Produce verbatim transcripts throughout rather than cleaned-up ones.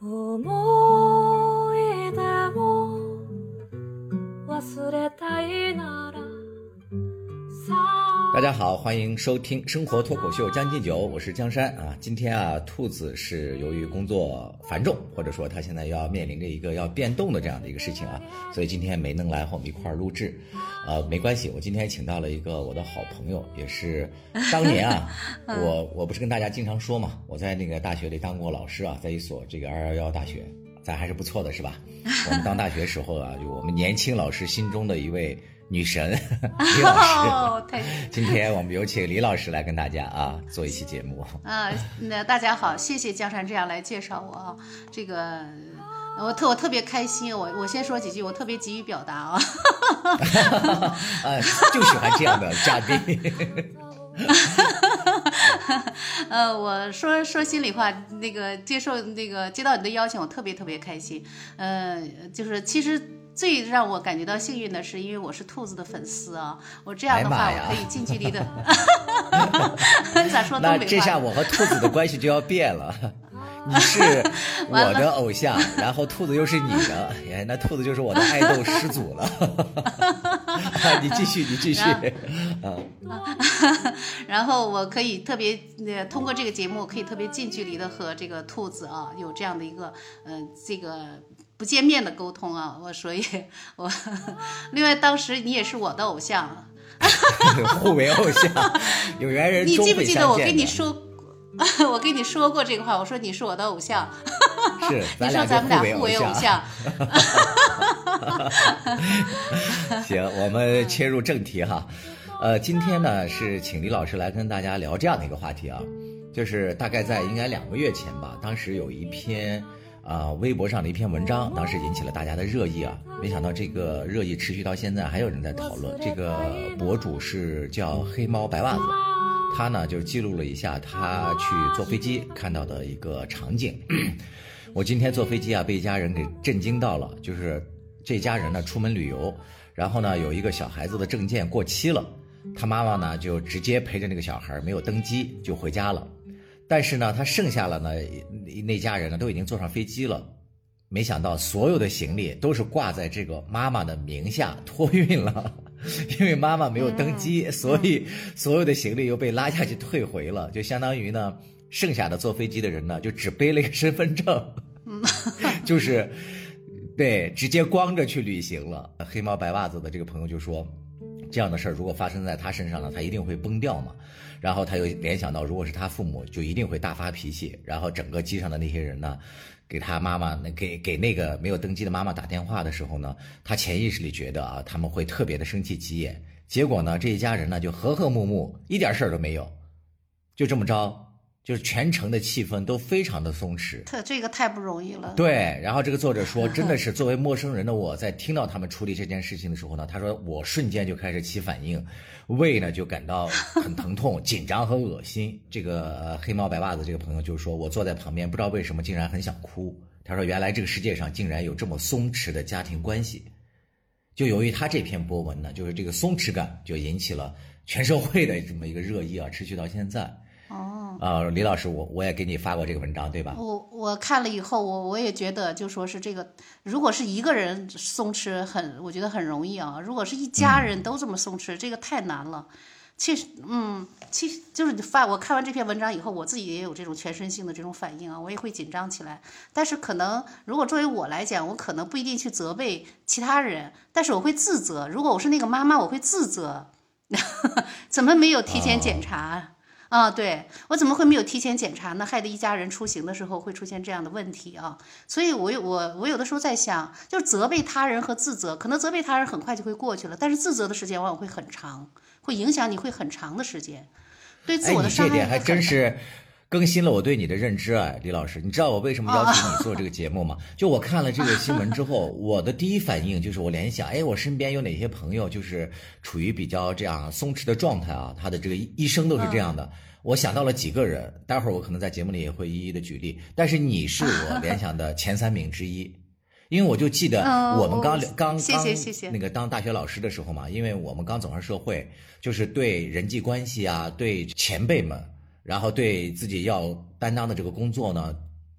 思い出を忘れたいなら大家好，欢迎收听生活脱口秀将进酒，我是江山啊。今天啊，兔子是由于工作繁重，或者说他现在要面临着一个要变动的这样的一个事情啊，所以今天没能来和我们一块儿录制。呃，没关系，我今天请到了一个我的好朋友，也是当年啊，我我不是跟大家经常说嘛，我在那个大学里当过老师啊，在一所这个二一一大学，咱还是不错的是吧？我们当大学时候啊，就我们年轻老师心中的一位女神李老师、哦、今天我们有请李老师来跟大家啊做一期节目啊。那大家好，谢谢江山这样来介绍我啊，这个我特我特别开心，我我先说几句，我特别急于表达啊。 呃，就喜欢这样的嘉宾。 呃，我说说心里话，那个接受那个接到你的邀请，我特别特别开心。呃，就是其实最让我感觉到幸运的是，因为我是兔子的粉丝啊，我这样的话，我可以近距离的。你咋说东北话？ 那这下我和兔子的关系就要变了。你是我的偶像，然后兔子又是你的，哎，那兔子就是我的爱豆始祖了。啊、你继续，你继续。 嗯、然后我可以特别、呃、通过这个节目，可以特别近距离的和这个兔子啊有这样的一个呃这个不见面的沟通啊，我所以我另外当时你也是我的偶像。 互为偶像，有缘人终会相见的。 你记不记得我跟你说？我跟你说过这个话，我说你是我的偶像， 是， 你说咱们俩互为偶像。 行，我们切入正题哈。呃，今天呢是请李老师来跟大家聊这样的一个话题啊，就是大概在应该两个月前吧，当时有一篇啊、呃、微博上的一篇文章，当时引起了大家的热议啊，没想到这个热议持续到现在，还有人在讨论。这个博主是叫黑猫白袜子。他呢就记录了一下他去坐飞机看到的一个场景。我今天坐飞机啊，被一家人给震惊到了，就是这家人呢出门旅游，然后呢有一个小孩子的证件过期了，他妈妈呢就直接陪着那个小孩没有登机就回家了。但是呢他剩下了呢那家人呢都已经坐上飞机了，没想到所有的行李都是挂在这个妈妈的名下托运了。因为妈妈没有登机、嗯、所以所有的行李又被拉下去退回了，就相当于呢剩下的坐飞机的人呢就只背了一个身份证、嗯、就是对直接光着去旅行了。黑猫白袜子的这个朋友就说，这样的事儿如果发生在他身上呢，他一定会崩掉嘛。然后他又联想到，如果是他父母就一定会大发脾气，然后整个机上的那些人呢给他妈妈给给那个没有登机的妈妈打电话的时候呢，他潜意识里觉得啊他们会特别的生气急眼。结果呢这一家人呢就和和睦睦，一点事儿都没有，就这么着，就是全程的气氛都非常的松弛。 这这个太不容易了。 对，然后这个作者说，真的是作为陌生人的我在听到他们处理这件事情的时候呢，他说我瞬间就开始起反应，胃呢就感到很疼痛紧张和恶心。这个黑猫白袜子这个朋友就说，我坐在旁边不知道为什么竟然很想哭。他说原来这个世界上竟然有这么松弛的家庭关系。就由于他这篇博文呢，就是这个松弛感就引起了全社会的这么一个热议啊，持续到现在。哦，呃，李老师，我我也给你发过这个文章，对吧？ 我我看了以后，我我也觉得，就说是这个，如果是一个人松弛很，我觉得很容易啊。如果是一家人都这么松弛，嗯、这个太难了。其实，嗯，其实就是发我看完这篇文章以后，我自己也有这种全身性的这种反应啊，我也会紧张起来。但是可能，如果作为我来讲，我可能不一定去责备其他人，但是我会自责。如果我是那个妈妈，我会自责，怎么没有提前检查？哦啊，对，我怎么会没有提前检查呢？害得一家人出行的时候会出现这样的问题啊！所以我有我我有的时候在想，就是责备他人和自责，可能责备他人很快就会过去了，但是自责的时间往往会很长，会影响你会很长的时间，对自我的伤害。 哎，你这点还真是更新了我对你的认知啊，李老师。你知道我为什么邀请你做这个节目吗？哦、就我看了这个新闻之后，我的第一反应就是我联想，哎，我身边有哪些朋友就是处于比较这样松弛的状态啊？他的这个医生都是这样的。嗯，我想到了几个人，待会儿我可能在节目里也会一一的举例，但是你是我联想的前三名之一。因为我就记得我们刚、哦、刚谢谢谢谢那个当大学老师的时候嘛，因为我们刚走上社会，就是对人际关系啊，对前辈们，然后对自己要担当的这个工作呢，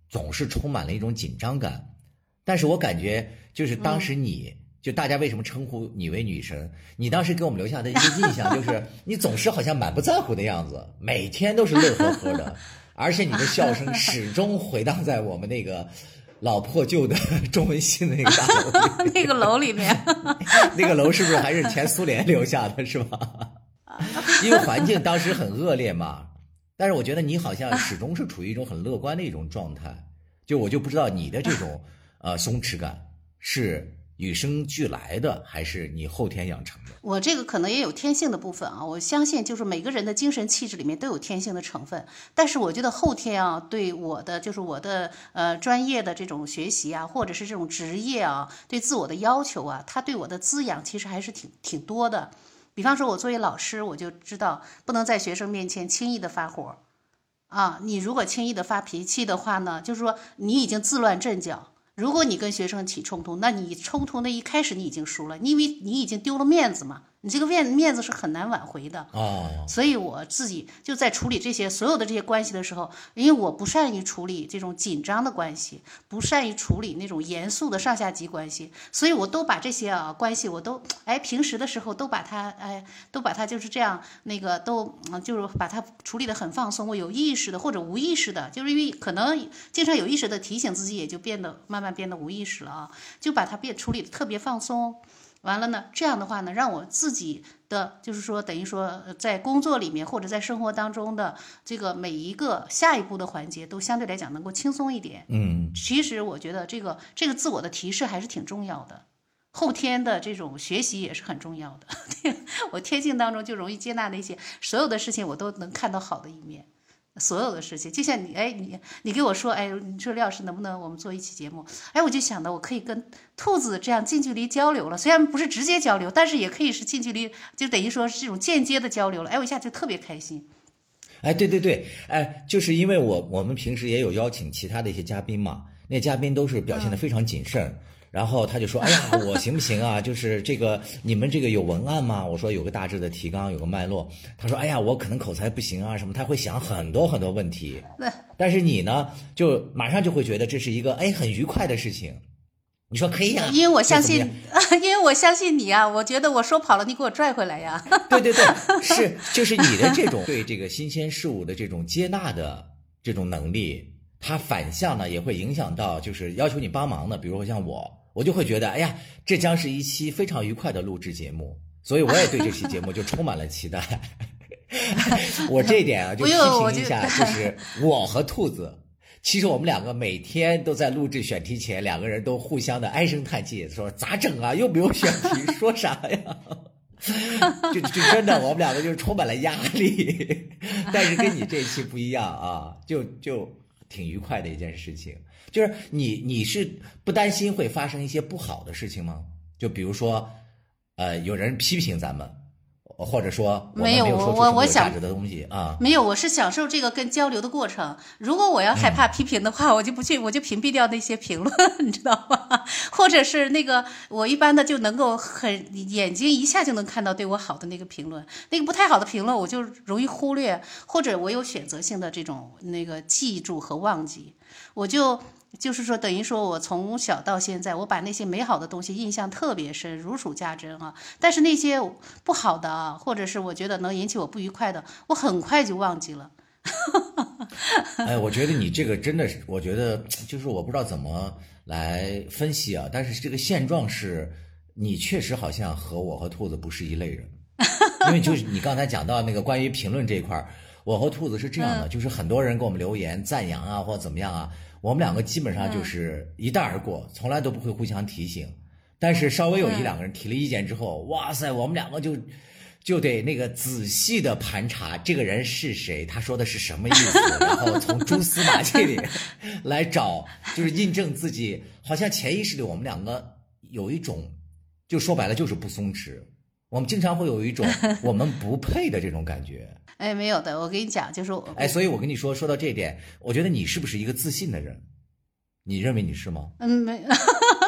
总是充满了一种紧张感。但是我感觉就是当时你、嗯、就大家为什么称呼你为女神，你当时给我们留下的一个印象就是你总是好像满不在乎的样子，每天都是乐呵呵的，而且你的笑声始终回荡在我们那个老破旧的中文系的那个大楼里那个楼里面那个楼是不是还是前苏联留下的是吧？因为环境当时很恶劣嘛，但是我觉得你好像始终是处于一种很乐观的一种状态，就我就不知道你的这种呃松弛感是与生俱来的还是你后天养成的。 我这个可能也有天性的部分啊，我相信就是每个人的精神气质里面都有天性的成分，但是我觉得后天啊对我的就是我的呃专业的这种学习啊，或者是这种职业啊，对自我的要求啊，它对我的滋养其实还是挺挺多的。比方说我作为老师，我就知道不能在学生面前轻易的发火啊，你如果轻易的发脾气的话呢，就是说你已经自乱阵脚。如果你跟学生起冲突，那你冲突那一开始你已经输了，因为你已经丢了面子嘛，你这个面面子是很难挽回的。 哦， 所以我自己就在处理这些所有的这些关系的时候，因为我不善于处理这种紧张的关系，不善于处理那种严肃的上下级关系，所以我都把这些啊关系我都哎平时的时候都把它哎都把它就是这样那个都就是把它处理得很放松，我有意识的或者无意识的，就是因为可能经常有意识的提醒自己，也就变得慢慢变得无意识了啊，就把它变处理得特别放松。完了呢，这样的话呢，让我自己的就是说，等于说在工作里面或者在生活当中的这个每一个下一步的环节，都相对来讲能够轻松一点。 嗯， 其实我觉得这个这个自我的提示还是挺重要的，后天的这种学习也是很重要的。我天性当中就容易接纳那些所有的事情，我都能看到好的一面。所有的事情，就像你，哎，你你给我说，哎，你说李老师能不能我们做一期节目？哎，我就想到我可以跟兔子这样近距离交流了，虽然不是直接交流，但是也可以是近距离，就等于说是这种间接的交流了。哎，我一下就特别开心。 哎，对对对，哎，就是因为我我们平时也有邀请其他的一些嘉宾嘛，那嘉宾都是表现得非常谨慎。嗯，然后他就说：“哎呀，我行不行啊？就是这个你们这个有文案吗？”我说有个大致的提纲，有个脉络。他说：“哎呀，我可能口才不行啊，什么？”他会想很多很多问题。但是你呢，就马上就会觉得这是一个哎很愉快的事情。你说可以呀、啊， 因为我相信，因为我相信你啊，我觉得我说跑了，你给我拽回来呀。 对对对，是就是你的这种对这个新鲜事物的这种接纳的这种能力，它反向呢也会影响到就是要求你帮忙的，比如说像我。我就会觉得，哎呀，这将是一期非常愉快的录制节目，所以我也对这期节目就充满了期待。我这一点啊，就批评一下，就是我和兔子，其实我们两个每天都在录制选题前，两个人都互相的唉声叹气，说咋整啊，又没有选题，说啥呀？就就真的，我们两个就是充满了压力。但是跟你这一期不一样啊，就就挺愉快的一件事情。就是你你是不担心会发生一些不好的事情吗？就比如说，呃，有人批评咱们，或者说我们没有说出什么有价值的东西啊？ 没有，我是享受这个跟交流的过程。如果我要害怕批评的话，嗯、我就不去，我就屏蔽掉那些评论，你知道吗？或者是那个我一般的就能够很眼睛一下就能看到对我好的那个评论，那个不太好的评论我就容易忽略，或者我有选择性的这种那个记住和忘记，我就。就是说等于说我从小到现在我把那些美好的东西印象特别深，如数家珍啊，但是那些不好的啊，或者是我觉得能引起我不愉快的，我很快就忘记了。 哎，我觉得你这个真的是，我觉得就是我不知道怎么来分析啊，但是这个现状是你确实好像和我和兔子不是一类人。因为就是你刚才讲到那个关于评论这一块，我和兔子是这样的、嗯、就是很多人给我们留言赞扬啊或者怎么样啊，我们两个基本上就是一带而过、嗯、从来都不会互相提醒，但是稍微有一两个人提了意见之后、嗯、哇塞，我们两个就就得那个仔细的盘查这个人是谁，他说的是什么意思，然后从蛛丝马迹里来找，就是印证自己，好像潜意识里我们两个有一种，就说白了就是不松弛，我们经常会有一种我们不配的这种感觉。 哎，没有的，我跟你讲，就是我哎，所以我跟你说，说到这一点，我觉得你是不是一个自信的人？你认为你是吗？ 嗯，没，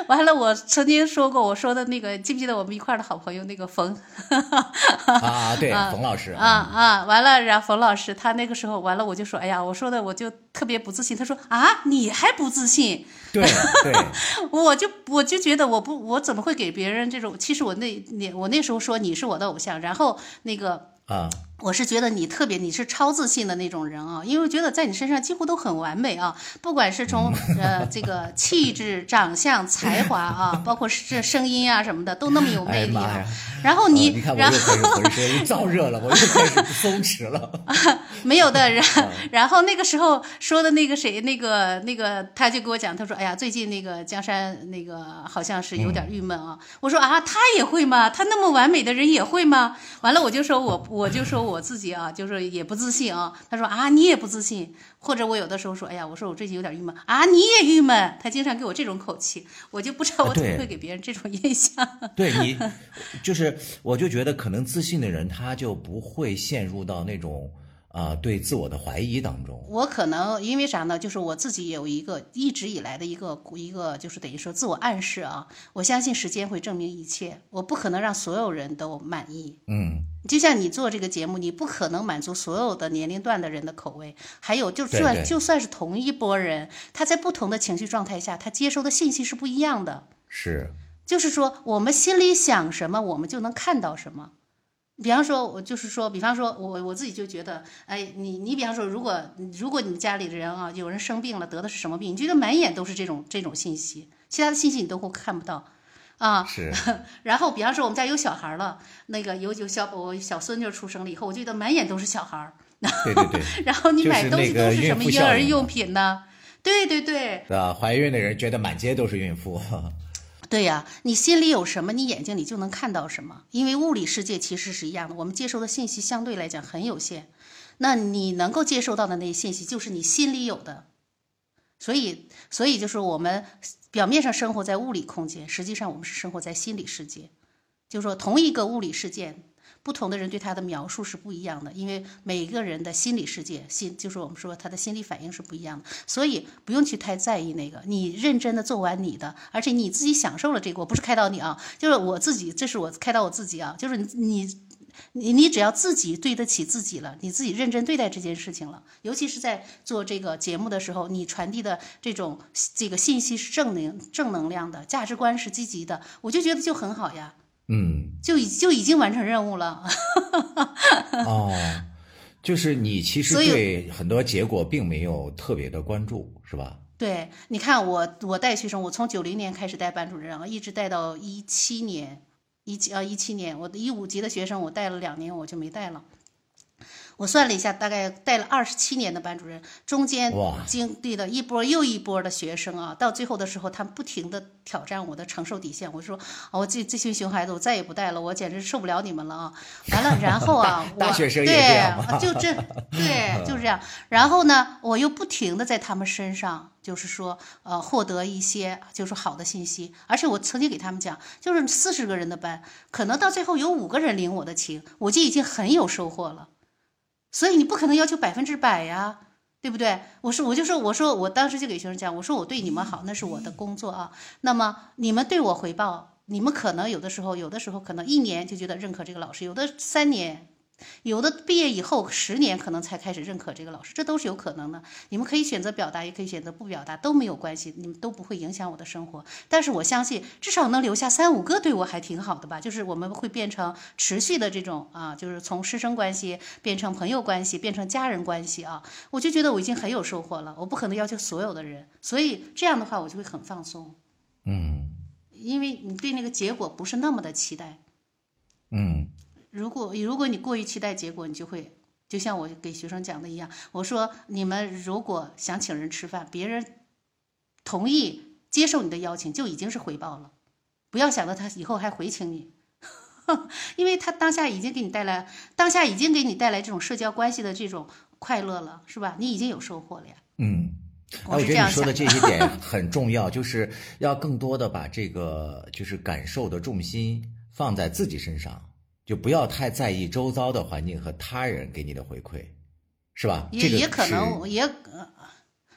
完了，我曾经说过，我说的那个，记不记得我们一块儿的好朋友那个冯？ 啊，对，冯老师啊啊，完了，然后冯老师他那个时候完了，我就说，哎呀，我说的我就特别不自信。他说啊，你还不自信？ 对对， 我就我就觉得我不我怎么会给别人这种？其实我那那我那时候说你是我的偶像，然后那个啊。 我是觉得你特别，你是超自信的那种人啊，因为我觉得在你身上几乎都很完美啊，不管是从呃这个气质、长相、才华啊，包括是声音啊什么的，都那么有魅力啊。 哎、 然后你， 呃、你看我又开始浑身燥热了，我又开始松弛了。 没有的，然然后那个时候说的那个谁，那个那个他就给我讲，他说，哎呀，最近那个江山那个好像是有点郁闷啊。嗯、我说啊，他也会吗？他那么完美的人也会吗？完了，我就说我我就说我。我自己啊，就是也不自信啊。他说啊，你也不自信，或者我有的时候说，哎呀，我说我最近有点郁闷啊，你也郁闷。他经常给我这种口气，我就不知道我怎么会给别人这种印象。 对你，就是我就觉得可能自信的人他就不会陷入到那种啊、呃、对自我的怀疑当中。 我可能因为啥呢？就是我自己有一个一直以来的一个一个就是等于说自我暗示啊，我相信时间会证明一切，我不可能让所有人都满意。 嗯。 就像你做这个节目，你不可能满足所有的年龄段的人的口味，还有就算对对就算是同一波人，他在不同的情绪状态下，他接收的信息是不一样的。 是， 就是说我们心里想什么，我们就能看到什么。比方说，我就是说，比方说我我自己就觉得，哎，你你比方说，如果如果你家里的人啊，有人生病了，得的是什么病，你觉得满眼都是这种这种信息，其他的信息你都会看不到。啊， 是。 然后，比方说我们家有小孩了，那个有有小我小孙女出生了以后，我觉得满眼都是小孩。 对对对。 然后你买东西都是什么婴儿用品呢？对对对。 对吧？怀孕的人觉得满街都是孕妇。 对呀、啊，你心里有什么，你眼睛里就能看到什么。因为物理世界其实是一样的，我们接收的信息相对来讲很有限，那你能够接收到的那些信息，就是你心里有的。所以，所以就是我们表面上生活在物理空间，实际上我们是生活在心理世界。就是说，同一个物理事件，不同的人对它的描述是不一样的，因为每个人的心理世界，心就是我们说他的心理反应是不一样的，所以不用去太在意那个。你认真的做完你的，而且你自己享受了这个，我不是开导你啊，就是我自己，这是我开导我自己啊，就是你。你你只要自己对得起自己了，你自己认真对待这件事情了，尤其是在做这个节目的时候，你传递的这种这个信息是正能正能量的，价值观是积极的，我就觉得就很好呀。 嗯， 就已就已经完成任务了。 哦，就是你其实对很多结果并没有特别的关注，是吧？ 对，你看我我带学生，我从九零年开始带班主任啊，一直带到一七年。一七啊一七年，我的一五级的学生我带了两年，我就没带了。我算了一下，大概带了二十七年的班主任，中间经历了一波又一波的学生啊，到最后的时候，他们不停的挑战我的承受底线。我说，哦、我这这群熊孩子，我再也不带了，我简直受不了你们了啊！完了，然后啊，我大学生也这样对，就这，对，就是这样。然后呢，我又不停的在他们身上，就是说，呃，获得一些就是好的信息。而且我曾经给他们讲，就是四十个人的班，可能到最后有五个人领我的情，我就已经很有收获了。所以你不可能要求百分之百呀，对不对？我说，我就说，我说，我当时就给学生讲，我说我对你们好，那是我的工作啊。那么你们对我回报，你们可能有的时候，有的时候可能一年就觉得认可这个老师，有的三年，有的毕业以后十年可能才开始认可这个老师，这都是有可能的。你们可以选择表达，也可以选择不表达，都没有关系，你们都不会影响我的生活。但是我相信，至少能留下三五个对我还挺好的吧。就是我们会变成持续的这种啊，就是从师生关系变成朋友关系，变成家人关系啊。我就觉得我已经很有收获了。我不可能要求所有的人，所以这样的话我就会很放松。 嗯， 因为你对那个结果不是那么的期待。 嗯。 如果如果你过于期待结果，你就会就像我给学生讲的一样，我说你们如果想请人吃饭，别人同意接受你的邀请就已经是回报了，不要想到他以后还回请你，因为他当下已经给你带来当下已经给你带来这种社交关系的这种快乐了，是吧？你已经有收获了呀。 嗯， 我是这样想的。 我觉得你说的这些点很重要，就是要更多的把这个就是感受的重心放在自己身上。就不要太在意周遭的环境和他人给你的回馈，是吧？ 也也可能也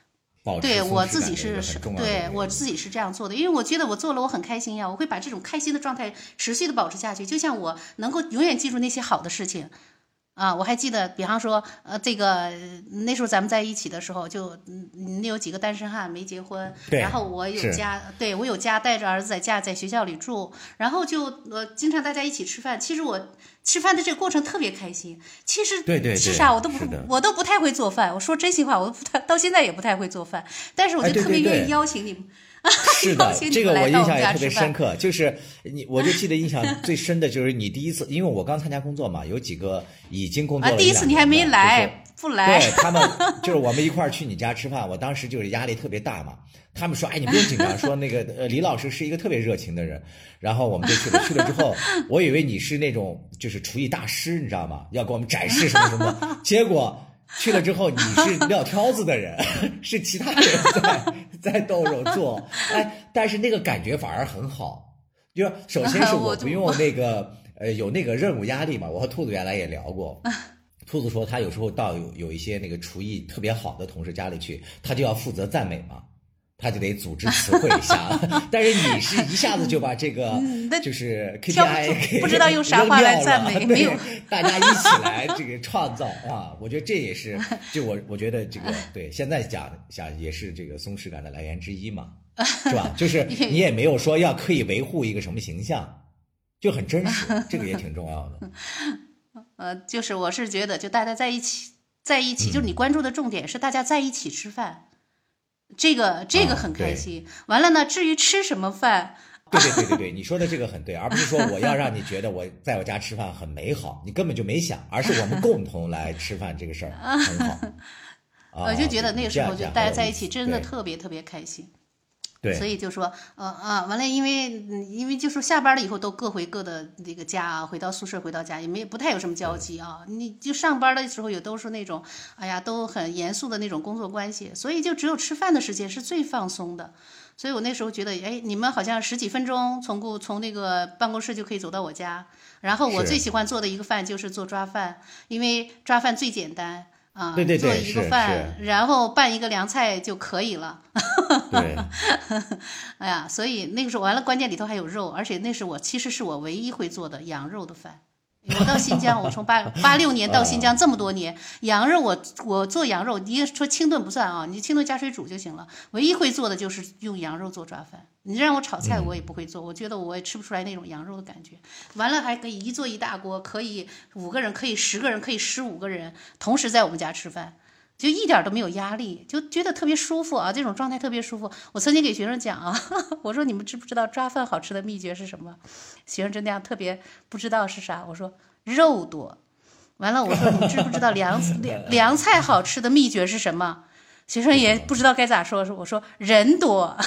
保持对我松弛感的一自己是是个很重要的对原因我自己是这样做的，因为我觉得我做了我很开心呀，我会把这种开心的状态持续的保持下去，就像我能够永远记住那些好的事情。啊，我还记得，比方说，呃，这个那时候咱们在一起的时候，就嗯，你有几个单身汉没结婚， 对然后我有是家，对我有家带着儿子在家在学校里住，然后就呃经常大家一起吃饭。其实我吃饭的这个过程特别开心。其实对对对吃啥我都不是的我都不太会做饭，我说真心话，我都不太到现在也不太会做饭，但是我哎对就特别对对愿意邀请你们。 是的， 邀请你这个我印们来到我们象也特别家吃饭深刻。就是你，我就记得印象最深的就是你第一次，因为我刚参加工作嘛，有几个已经工作啊， 了第一次你还没两年的来，不就是、 来。 对他们，就是我们一块儿去你家吃饭，我当时就是压力特别大嘛。他们说：“哎，你不用紧张，说那个呃李老师是一个特别热情的人。”然后我们就去了，去了之后，我以为你是那种就是厨艺大师，你知道吗？要给我们展示什么什么，结果。去了之后，你是撂挑子的人，是其他人在在动手做，哎，但是那个感觉反而很好。就首先是我不用那个呃有那个任务压力嘛，我和兔子原来也聊过。兔子说他有时候到有有一些那个厨艺特别好的同事家里去，他就要负责赞美嘛。他就得组织词汇一下，但是你是一下子就把这个就是 K P I 给不知道用啥话来赞美，没有大家一起来这个创造啊！我觉得这也是就我我觉得这个对现在讲讲也是这个松弛感的来源之一嘛，是吧？就是你也没有说要刻意维护一个什么形象，就很真实，这个也挺重要的。 呃，就是我是觉得，就大家在一起，在一起，就是你关注的重点是大家在一起吃饭。这个这个很开心、啊。完了呢，至于吃什么饭， 对对对对对，你说的这个很对，而不是说我要让你觉得我在我家吃饭很美好，你根本就没想，而是我们共同来吃饭这个事儿很好。 我就觉得那个时候就大家在一起真的对特别特别开心。 对， 所以就说，呃啊，完了，因为因为就说下班了以后都各回各的这个家啊，回到宿舍，回到家也没不太有什么交集啊。你就上班的时候也都是那种，哎呀，都很严肃的那种工作关系，所以就只有吃饭的时间是最放松的。所以我那时候觉得，哎，你们好像十几分钟从过从那个办公室就可以走到我家。然后我最喜欢做的一个饭就是做抓饭，因为抓饭最简单。啊， 对对对， 做一个饭，然后拌一个凉菜就可以了。 对， 哎呀，所以那个时候完了，关键里头还有肉，而且那是我其实是我唯一会做的羊肉的饭。我到新疆，我从八八六年到新疆这么多年，羊肉我我做羊肉，你说清炖不算啊，你清炖加水煮就行了。唯一会做的就是用羊肉做抓饭。你让我炒菜我也不会做，嗯、我觉得我也吃不出来那种羊肉的感觉。完了还可以一做一大锅，可以五个人，可以十个人，可以十五个人同时在我们家吃饭。就一点都没有压力，就觉得特别舒服啊，这种状态特别舒服。我曾经给学生讲啊，我说你们知不知道抓饭好吃的秘诀是什么？学生真那样特别不知道是啥。我说肉多。完了，我说你知不知道凉凉凉菜好吃的秘诀是什么？学生也不知道该咋说，我说人多。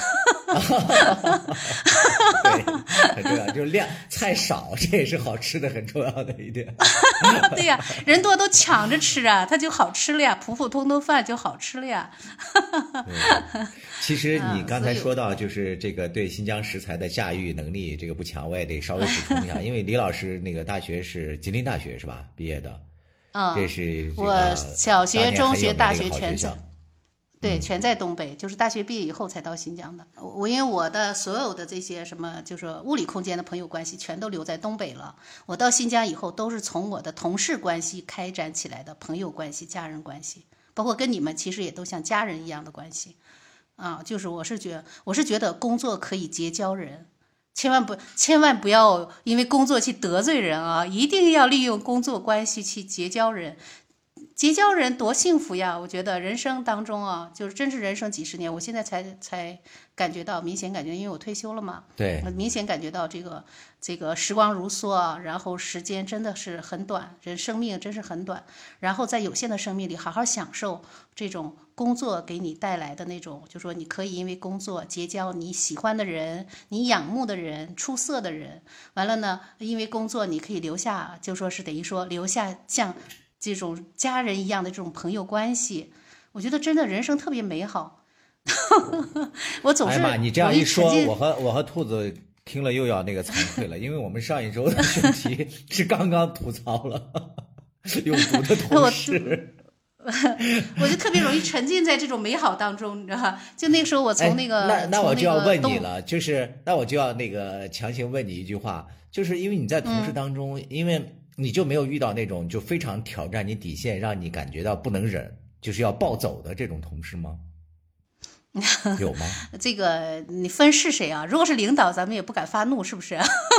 对，很重要，就是量菜少，这也是好吃的很重要的一点。 对呀、啊，人多都抢着吃啊，它就好吃了呀，普普通通饭就好吃了呀。 其实你刚才说到就是这个对新疆食材的驾驭能力这个不强，我也得稍微补充一下，因为李老师那个大学是吉林大学是吧毕业的？ 嗯， 这是这我小学、中学、大学全在。对，全在东北，就是大学毕业以后才到新疆的。我因为我的所有的这些什么，就是物理空间的朋友关系，全都留在东北了。我到新疆以后，都是从我的同事关系开展起来的朋友关系、家人关系，包括跟你们其实也都像家人一样的关系。啊，就是我是觉得，我是觉得工作可以结交人，千万不千万不要因为工作去得罪人啊，一定要利用工作关系去结交人。结交人多幸福呀！我觉得人生当中啊，就是真是人生几十年，我现在才才感觉到，明显感觉，因为我退休了嘛， 对， 明显感觉到这个这个时光如梭啊，然后时间真的是很短，人生命真是很短，然后在有限的生命里好好享受这种工作给你带来的那种，就说你可以因为工作结交你喜欢的人，你仰慕的人，出色的人，完了呢，因为工作你可以留下，就说是等于说留下像这种家人一样的这种朋友关系，我觉得真的人生特别美好。我总是， 哎妈，你这样一说， 我, 我和我和兔子听了又要那个惭愧了，因为我们上一周的选题是刚刚吐槽了有毒的同事。 我就特别容易沉浸在这种美好当中，你知道吧？就那个时候我从那个， 哎、那那我就要问你了， 就是那我就要那个强行问你一句话，就是因为你在同事当中，嗯、因为你就没有遇到那种就非常挑战你底线，让你感觉到不能忍，就是要暴走的这种同事吗？有吗？ 这个你分是谁啊？如果是领导，咱们也不敢发怒，是不是？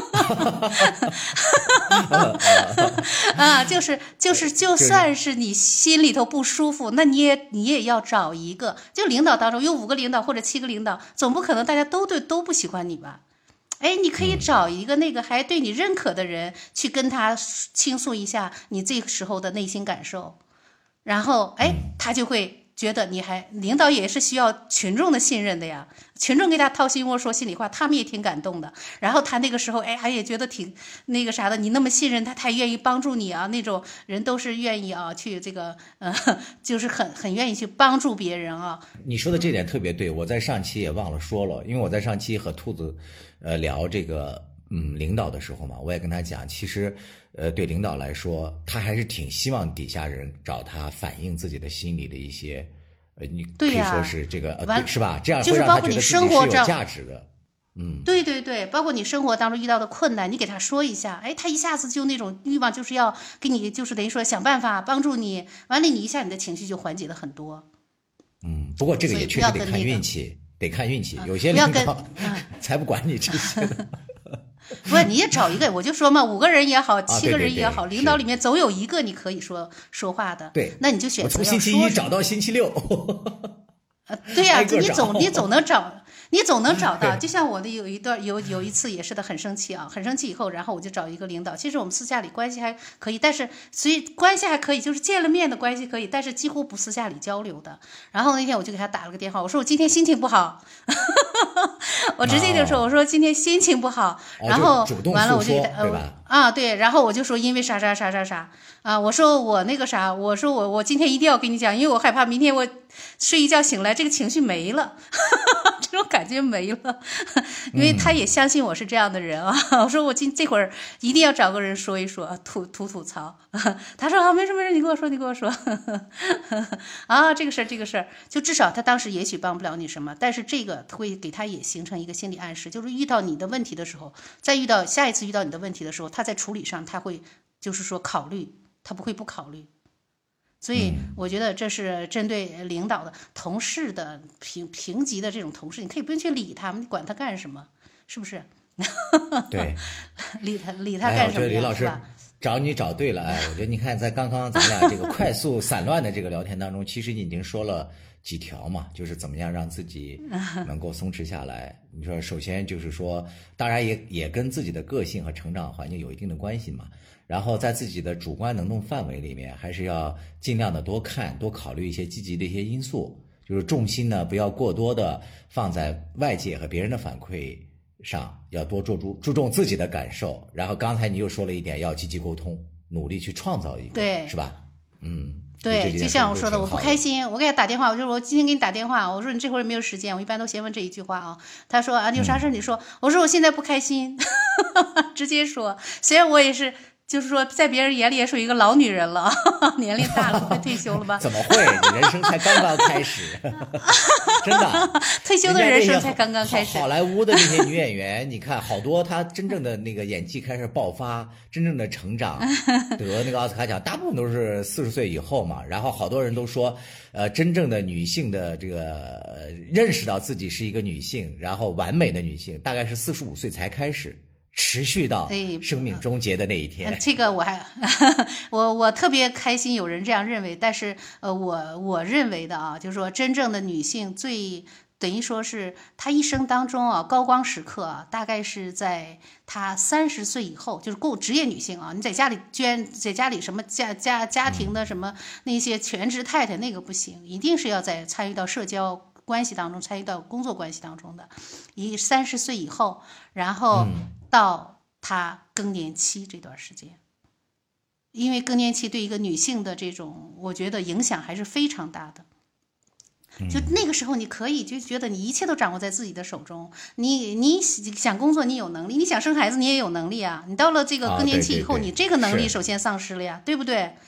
啊，就是就是，就算是你心里头不舒服，那你也你也要找一个，就领导当中有五个领导或者七个领导，总不可能大家都对都不喜欢你吧？哎，你可以找一个那个还对你认可的人，去跟他倾诉一下你这个时候的内心感受，然后哎，他就会。觉得你还领导也是需要群众的信任的呀，群众给他掏心窝说心里话，他们也挺感动的。然后他那个时候，哎，他也觉得挺那个啥的，你那么信任他，他愿意帮助你啊，那种人都是愿意啊去这个，呃，就是很很愿意去帮助别人啊。 你说的这点特别对，我在上期也忘了说了，因为我在上期和兔子，呃，聊这个嗯领导的时候嘛，我也跟他讲，其实。呃，对领导来说，他还是挺希望底下人找他反映自己的心里的一些，呃，你可以说是这个，呃、是吧？这样会让他觉得自己是有价值的。嗯， 对对对，包括你生活当中遇到的困难，你给他说一下，哎，他一下子就那种欲望，就是要给你，就是等于说想办法帮助你，完了你一下你的情绪就缓解了很多。 嗯，不过这个也确实得看运气，得看运气，有些领导、嗯、才不管你这些呢。 不是，你也找一个，我就说嘛，五个人也好，七个人也好， 啊、对对对领导里面总有一个你可以说说话的。 对， 那你就选择从星期一找到星期六。 呃，对呀、啊，你总你总能找。你总能找到，就像我的有一段有有一次也是的，很生气啊，很生气以后，然后我就找一个领导，其实我们私下里关系还可以，但是所以关系还可以，就是见了面的关系可以，但是几乎不私下里交流的。然后那天我就给他打了个电话，我说我今天心情不好，我直接就说，我说今天心情不好， 哦、 然后完了我就就给他、呃、啊对，然后我就说因为啥啥啥啥啥啊，我说我那个啥，我说我我今天一定要跟你讲，因为我害怕明天我睡一觉醒来这个情绪没了。这种感觉没了，因为他也相信我是这样的人啊。嗯、我说我今这会儿一定要找个人说一说，吐吐吐槽。他说啊，没事没事，你跟我说，你跟我说。啊，这个事儿这个事儿，就至少他当时也许帮不了你什么，但是这个会给他也形成一个心理暗示，就是遇到你的问题的时候，再遇到下一次遇到你的问题的时候，他在处理上他会就是说考虑，他不会不考虑。所以我觉得这是针对领导的、同事的平平级的这种同事，你可以不用去理他们，你管他干什么？是不是？ 对， 理他理他干什么？ 哎、我觉得李老师找你找对了，哎，我觉得你看在刚刚咱俩这个快速散乱的这个聊天当中，其实你已经说了几条嘛，就是怎么样让自己能够松弛下来。你说，首先就是说，当然也也跟自己的个性和成长环境有一定的关系嘛。然后在自己的主观能动范围里面，还是要尽量的多看、多考虑一些积极的一些因素，就是重心呢不要过多的放在外界和别人的反馈上，要多注注注重自己的感受。然后刚才你又说了一点，要积极沟通，努力去创造一个， 对， 是吧？嗯， 对，就像我说的，我不开心， 心，我给他打电话，我就说我今天给你打电话，我说你这会儿没有时间，我一般都先问这一句话啊。他说啊，你有啥事你说，我说我现在不开心，直接说，虽然我也是。就是说，在别人眼里也属于一个老女人了，年龄大了，快退休了吧？ 怎么会？你人生才刚刚开始，真的， 退休的人生才刚刚开始。 好莱坞的那些女演员，你看好多，她真正的那个演技开始爆发，真正的成长，得那个奥斯卡奖，大部分都是四十岁以后嘛。然后好多人都说，呃，真正的女性的这个、呃、认识到自己是一个女性，然后完美的女性，大概是四十五岁才开始。持续到生命终结的那一天， 这个我还我我特别开心，有人这样认为。但是呃，我我认为的啊，就是说真正的女性最等于说是她一生当中啊高光时刻啊，大概是在她三十岁以后，就是够职业女性啊。你在家里捐，在家里什么家家家庭的什么那些全职太太那个不行，一定是要在参与到社交关系当中，参与到工作关系当中的。以三十岁以后，然后。嗯到她更年期这段时间，因为更年期对一个女性的这种，我觉得影响还是非常大的。就那个时候，你可以就觉得你一切都掌握在自己的手中。你你想工作，你有能力；你想生孩子，你也有能力啊。你到了这个更年期以后， 啊、对对对你这个能力首先丧失了呀，对不对？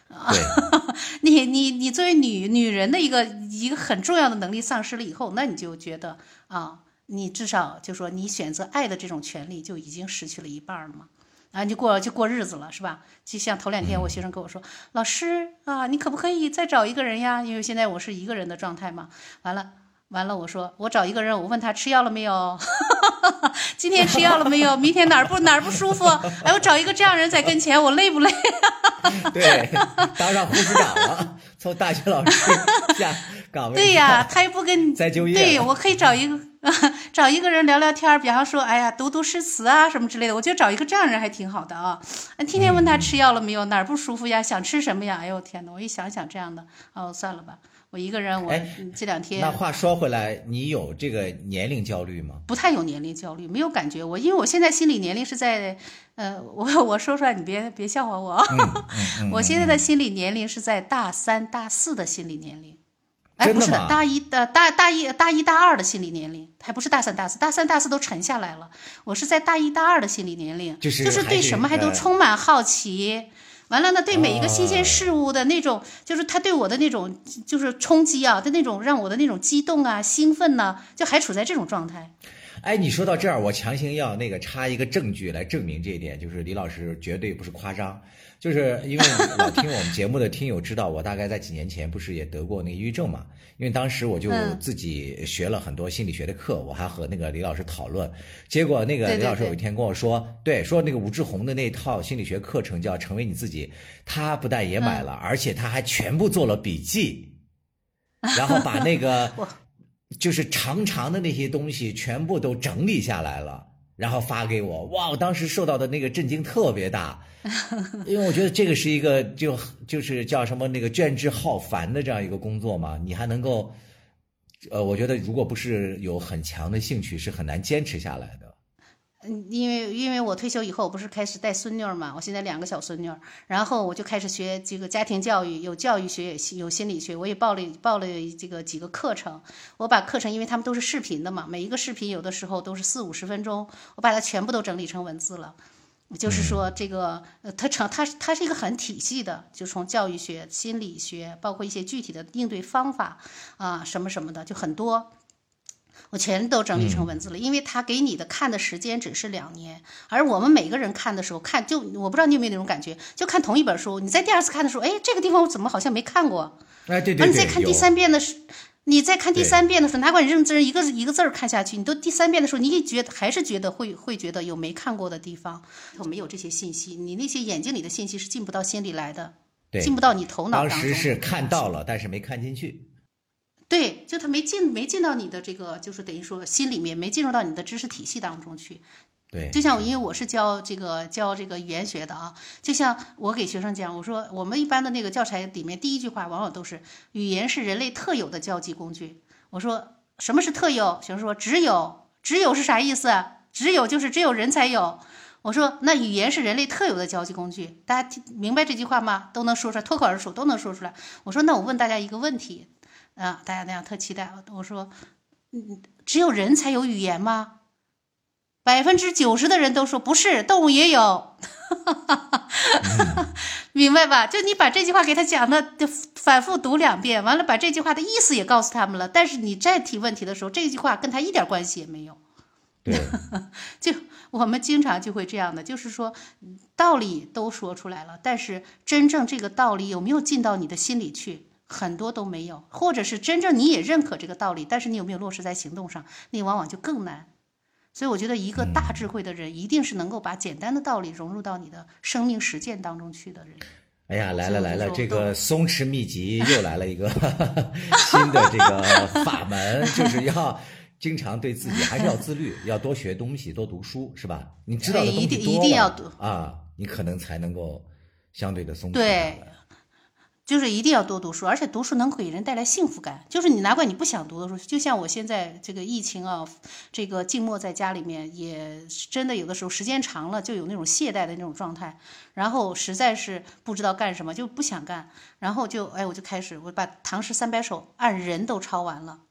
对， 你你你作为女女人的一个一个很重要的能力丧失了以后，那你就觉得啊，你至少就说你选择爱的这种权利就已经失去了一半了嘛。啊，就过就过日子了，是吧？就像头两天我学生跟我说，嗯、老师啊，你可不可以再找一个人呀？因为现在我是一个人的状态嘛。完了完了，我说我找一个人，我问他吃药了没有？今天吃药了没有？明天哪儿不哪儿不舒服？哎，我找一个这样人在跟前，我累不累？ 对，当上护士长了，从大学老师下岗位。 对呀，他也不跟再就业。 对，我可以找一个。找一个人聊聊天，比方说，哎呀，读读诗词啊什么之类的，我觉得找一个这样人还挺好的啊。天天问他吃药了没有，哪儿不舒服呀，想吃什么呀？哎呦天哪，我一想想这样的，哦，算了吧，我一个人，我这两天。 那话说回来，你有这个年龄焦虑吗？ 不太有年龄焦虑，没有感觉。我因为我现在心理年龄是在，呃，我我说出来你别别笑话我， 嗯嗯嗯、 我现在的心理年龄是在大三、大四的心理年龄。哎， 不是的，大一的大大一大一大二的心理年龄，还不是大三大四，大三大四都沉下来了。我是在大一大二的心理年龄， 就是就是对什么还都充满好奇。呃、完了呢，对每一个新鲜事物的那种，哦、就是他对我的那种就是冲击啊，的那种让我的那种激动啊、兴奋呐、啊，就还处在这种状态。 哎，你说到这儿，我强行要那个插一个证据来证明这一点，就是李老师绝对不是夸张。就是因为老听我们节目的听友知道，我大概在几年前不是也得过那个抑郁症嘛？因为当时我就自己学了很多心理学的课，我还和那个李老师讨论。结果那个李老师有一天跟我说，对, 对, 对, 对说那个武志红的那套心理学课程叫《成为你自己》，他不但也买了，嗯、而且他还全部做了笔记，然后把那个就是长长的那些东西全部都整理下来了。然后发给我，哇！我当时受到的那个震惊特别大，因为我觉得这个是一个就就是叫什么那个卷帙浩繁的这样一个工作嘛，你还能够，呃，我觉得如果不是有很强的兴趣，是很难坚持下来的。 嗯，因为因为我退休以后不是开始带孙女嘛，我现在两个小孙女，然后我就开始学这个家庭教育，有教育学，有心理学，我也报了报了这个几个课程。我把课程，因为他们都是视频的嘛，每一个视频有的时候都是四五十分钟，我把它全部都整理成文字了。就是说这个，呃，它成它它是一个很体系的，就从教育学、心理学，包括一些具体的应对方法啊，什么什么的，就很多。我全都整理成文字了，因为他给你的看的时间只是两年，而我们每个人看的时候看，就我不知道你有没有那种感觉，就看同一本书，你在第二次看的时候，哎，这个地方我怎么好像没看过？ 哎，对对对， 你再看第三遍的时，你再看第三遍的时候，哪管你认真一个一个字儿看下去，你都第三遍的时候，你也觉得还是觉得会会觉得有没看过的地方，没有这些信息，你那些眼睛里的信息是进不到心里来的，进不到你头脑当中。 当时是看到了，但是没看进去。 对，就他没进没进到你的这个，就是等于说心里面没进入到你的知识体系当中去。 对， 就像因为我是教这个教这个语言学的啊，就像我给学生讲，我说我们一般的那个教材里面第一句话往往都是语言是人类特有的交际工具。我说什么是特有？学生说只有，只有是啥意思？只有就是只有人才有。我说那语言是人类特有的交际工具，大家明白这句话吗？都能说出来，脱口而出都能说出来。我说那我问大家一个问题。啊，大家那样特期待。我说，嗯，只有人才有语言吗？百分之九十的人都说不是，动物也有，明白吧？就你把这句话给他讲的，反复读两遍，完了把这句话的意思也告诉他们了。但是你再提问题的时候，这句话跟他一点关系也没有。 对， 就我们经常就会这样的，就是说道理都说出来了，但是真正这个道理有没有进到你的心里去？很多都没有，或者是真正你也认可这个道理，但是你有没有落实在行动上，那往往就更难。所以我觉得一个大智慧的人，一定是能够把简单的道理融入到你的生命实践当中去的人。 哎呀，来了来了，这个松弛秘籍又来了一个新的这个法门，就是要经常对自己还是要自律，要多学东西，多读书，是吧？你知道的东西多了， 一定一定要读啊，你可能才能够相对的松弛。 对。就是一定要多读书，而且读书能给人带来幸福感。就是你哪管你不想读的书，就像我现在这个疫情啊，这个静默在家里面，也真的有的时候时间长了就有那种懈怠的那种状态，然后实在是不知道干什么，就不想干，然后就哎我就开始我把唐诗三百首按人都抄完了，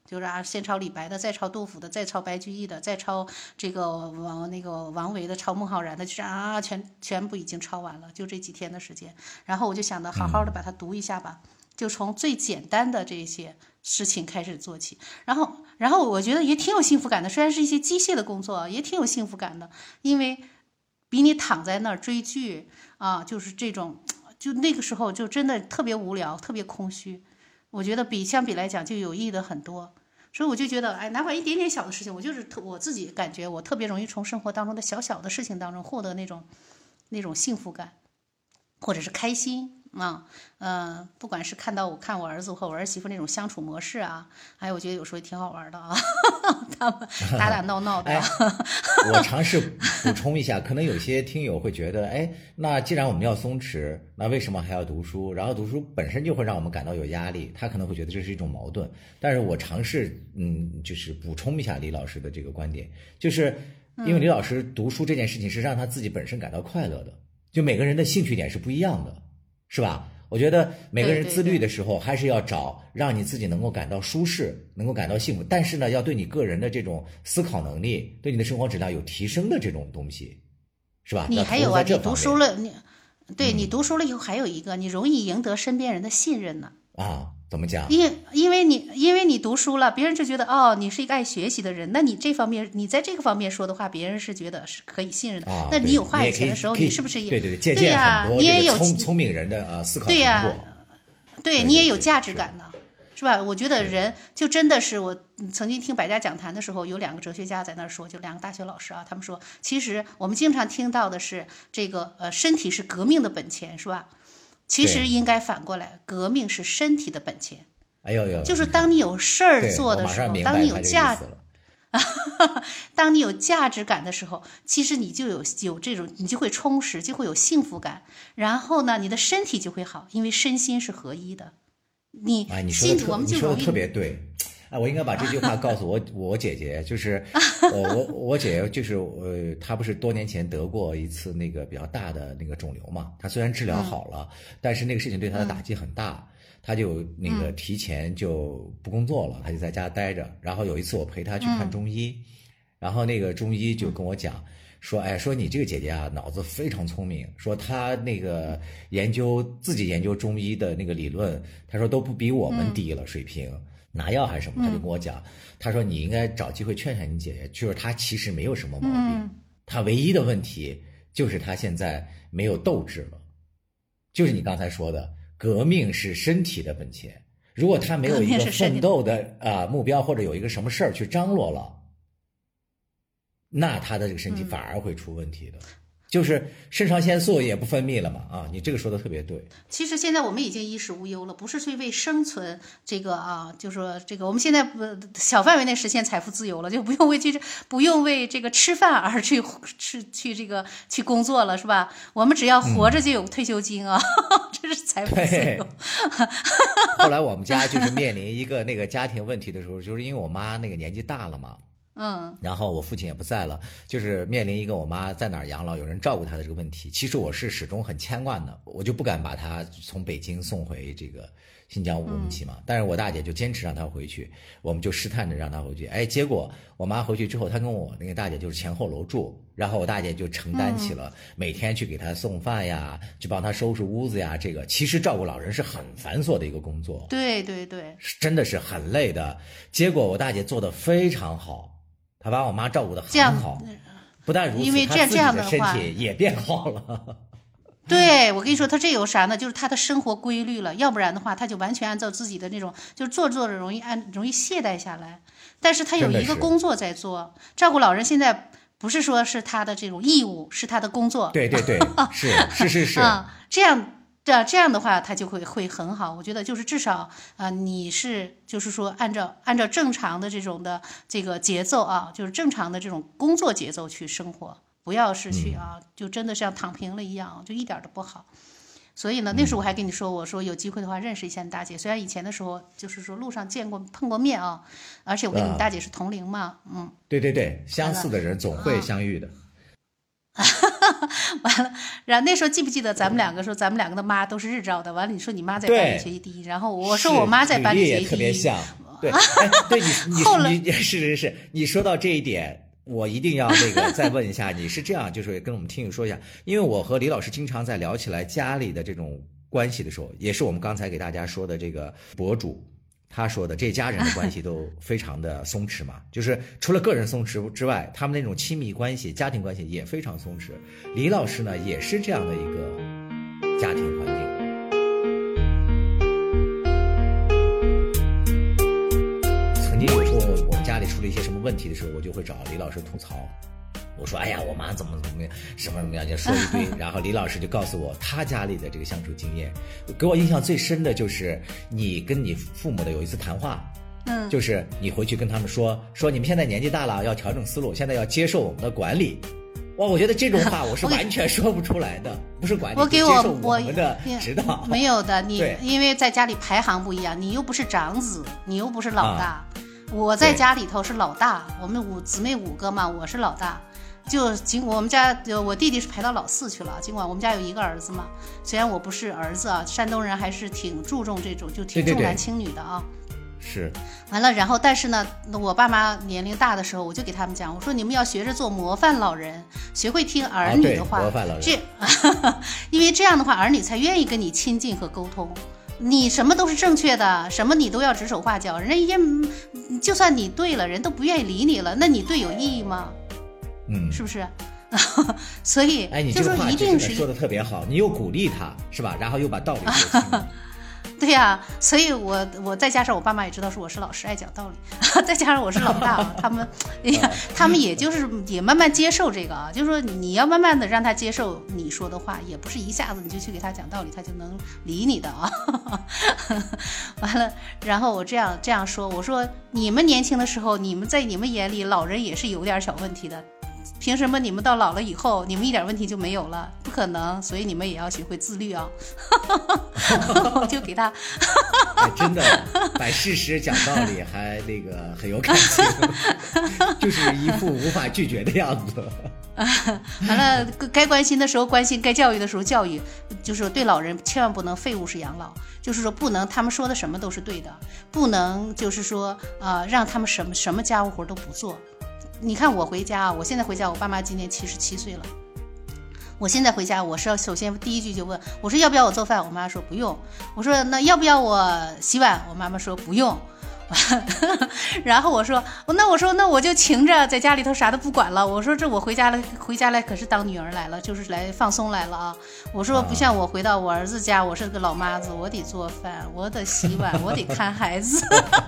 就是啊，先抄李白的，再抄杜甫的，再抄白居易的，再抄这个王那个王维的，抄孟浩然的，就是啊，全全部已经抄完了，就这几天的时间。然后我就想着好好的把它读一下吧，嗯、就从最简单的这些事情开始做起。然后，然后我觉得也挺有幸福感的，虽然是一些机械的工作，也挺有幸福感的，因为比你躺在那儿追剧啊，就是这种，就那个时候就真的特别无聊，特别空虚。我觉得比相比来讲就有意义的很多。所以我就觉得，哎，哪怕一点点小的事情，我就是特我自己感觉我特别容易从生活当中的小小的事情当中获得那种那种幸福感，或者是开心啊，嗯、呃，不管是看到我看我儿子和我儿媳妇那种相处模式啊，哎，我觉得有时候也挺好玩的啊，他们打打闹闹的。 哎、我尝试补充一下，可能有些听友会觉得，哎，那既然我们要松弛，那为什么还要读书？然后读书本身就会让我们感到有压力，他可能会觉得这是一种矛盾。但是我尝试，嗯，就是补充一下李老师的这个观点，就是因为李老师读书这件事情是让他自己本身感到快乐的。就每个人的兴趣点是不一样的，是吧？我觉得每个人自律的时候，还是要找让你自己能够感到舒适，能够感到幸福，但是呢，要对你个人的这种思考能力，对你的生活质量有提升的这种东西，是吧？ 你还有啊，你读书了，你对、嗯、你读书了以后还有一个，你容易赢得身边人的信任呢。 啊，怎么讲？ 因因为你因为你读书了，别人就觉得哦，你是一个爱学习的人，那你这方面你在这个方面说的话，别人是觉得是可以信任的。 啊、 那你有话语权的时候，你是不是也对对对，借鉴很多你也有聪聪明人的呃思考对呀、 啊， 对你也有价值感呢，是吧？我觉得人就真的是我曾经听百家讲坛的时候，有两个哲学家在那儿说，就两个大学老师啊，他们说，其实我们经常听到的是这个呃，身体是革命的本钱，是吧？其实应该反过来，革命是身体的本钱。 哎呦呦， 就是当你有事儿做的时候，当你有价值，当你有价值感的时候，其实你就有有这种，你就会充实，就会有幸福感。然后呢，你的身体就会好，因为身心是合一的。你哎，你说的特，你说的特别对。哎，我应该把这句话告诉我我姐姐，就是我我我姐姐就是呃，她不是多年前得过一次那个比较大的那个肿瘤嘛，她虽然治疗好了，嗯、但是那个事情对她的打击很大。嗯他就那个提前就不工作了，嗯、他就在家待着。然后有一次我陪他去看中医，嗯、然后那个中医就跟我讲说，哎，说你这个姐姐啊，脑子非常聪明，说她那个研究自己研究中医的那个理论，他说都不比我们低了水平，嗯、拿药还是什么，他就跟我讲，他说你应该找机会劝劝你姐姐，就是她其实没有什么毛病，她、嗯、唯一的问题就是她现在没有斗志了，就是你刚才说的。革命是身体的本钱，如果他没有一个奋斗的啊、呃、目标，或者有一个什么事儿去张罗了，那他的这个身体反而会出问题的。嗯、就是肾上腺素也不分泌了嘛啊，你这个说的特别对。 其实现在我们已经衣食无忧了，不是去为生存这个啊，就说这个我们现在不小范围内实现财富自由了，就不用为这不用为这个吃饭而去去去这个去工作了，是吧？我们只要活着就有退休金啊，嗯、这是财富自由。 后来我们家就是面临一个那个家庭问题的时候，就是因为我妈那个年纪大了嘛。 嗯， 然后我父亲也不在了，就是面临一个我妈在哪儿养老，有人照顾她的这个问题。其实我是始终很牵挂的，我就不敢把她从北京送回这个新疆乌鲁木齐嘛。嗯、但是我大姐就坚持让她回去，我们就试探着让她回去。哎，结果我妈回去之后，她跟我那个大姐就是前后楼住，然后我大姐就承担起了每天去给她送饭呀，嗯、去帮她收拾屋子呀。这个其实照顾老人是很繁琐的一个工作， 对对对， 真的是很累的。结果我大姐做得非常好。他把我妈照顾得很好，不但如此， 因为这样他自己的身体也变好了。 对，我跟你说，他这有啥呢？就是他的生活规律了，要不然的话，他就完全按照自己的那种，就是做着做着容易按容易懈怠下来。但是他有一个工作在做，照顾老人，现在不是说是他的这种义务，是他的工作。 对对对，是是是是啊，这样。这这样的话，他就会会很好。我觉得就是至少啊、呃，你是就是说按照按照正常的这种的这个节奏啊，就是正常的这种工作节奏去生活，不要是去啊，就真的像躺平了一样，就一点都不好。所以呢，那时候我还跟你说，我说有机会的话认识一下你大姐。虽然以前的时候就是说路上见过碰过面啊，而且我跟你大姐是同龄嘛，嗯， 对对对，相似的人总会相遇的。 完了，然后那时候记不记得咱们两个说咱们两个的妈都是日照的？完了，你说你妈在班里学习第一，然后我说我妈在班里学习第一， 对，哎，对你你你是是是，你说到这一点。我一定要那个再问一下，你是这样，就是跟我们听友说一下，因为我和李老师经常在聊起来家里的这种关系的时候，也是我们刚才给大家说的这个博主他说的，这家人的关系都非常的松弛嘛，就是除了个人松弛之外，他们那种亲密关系、家庭关系也非常松弛。李老师呢，也是这样的一个家庭环境。曾经有过我们家里出了一些什么问题的时候，我就会找李老师吐槽。我说：“哎呀，我妈怎么怎么样，什么什么样，就说一堆。”然后李老师就告诉我他家里的这个相处经验。给我印象最深的就是你跟你父母的有一次谈话，嗯，就是你回去跟他们说说你们现在年纪大了，要调整思路，现在要接受我们的管理。哇，我觉得这种话我是完全说不出来的，不是管理， 我给我接受我们的指导。 没有的，你因为在家里排行不一样，你又不是长子，你又不是老大。啊、我在家里头是老大，我们五姊妹五个嘛，我是老大。就尽管我们家我弟弟是排到老四去了，尽管我们家有一个儿子嘛，虽然我不是儿子啊，山东人还是挺注重这种，就挺重男轻女的啊。 对对对是， 完了，然后但是呢，我爸妈年龄大的时候，我就给他们讲，我说你们要学着做模范老人，学会听儿女的话， 啊、模范老人， 这因为这样的话，儿女才愿意跟你亲近和沟通。你什么都是正确的，什么你都要指手画脚，人家也就算你对了，人都不愿意理你了，那你对有意义吗？嗯，是不是？所以， 哎，你这个话真的说的特别好，你又鼓励他，是吧？然后又把道理说清。 对呀、啊，所以我我再加上我爸妈也知道说我是老师爱讲道理，再加上我是老大，他们哎呀，他们也就是也慢慢接受这个啊，就是说你要慢慢的让他接受你说的话，也不是一下子你就去给他讲道理，他就能理你的啊。完了，然后我这样这样说，我说你们年轻的时候，你们在你们眼里老人也是有点小问题的。凭什么你们到老了以后，你们一点问题就没有了？不可能，所以你们也要学会自律啊！我就给他， 哎、真的摆事实讲道理，还那个很有感情，就是一副无法拒绝的样子。 完了，该关心的时候关心，该教育的时候教育，就是说对老人千万不能废物式养老，就是说不能他们说的什么都是对的，不能就是说呃让他们什么什么家务活都不做。你看我回家，我现在回家，我爸妈今年七十七岁了。我现在回家，我是要首先第一句就问我说要不要我做饭，我妈说不用。我说那要不要我洗碗，我妈妈说不用。然后我说那我说那我就请着在家里头啥都不管了。我说这我回家了，回家来可是当女儿来了，就是来放松来了啊。我说不像我回到我儿子家，我是个老妈子，我得做饭，我得洗碗，我得看孩子。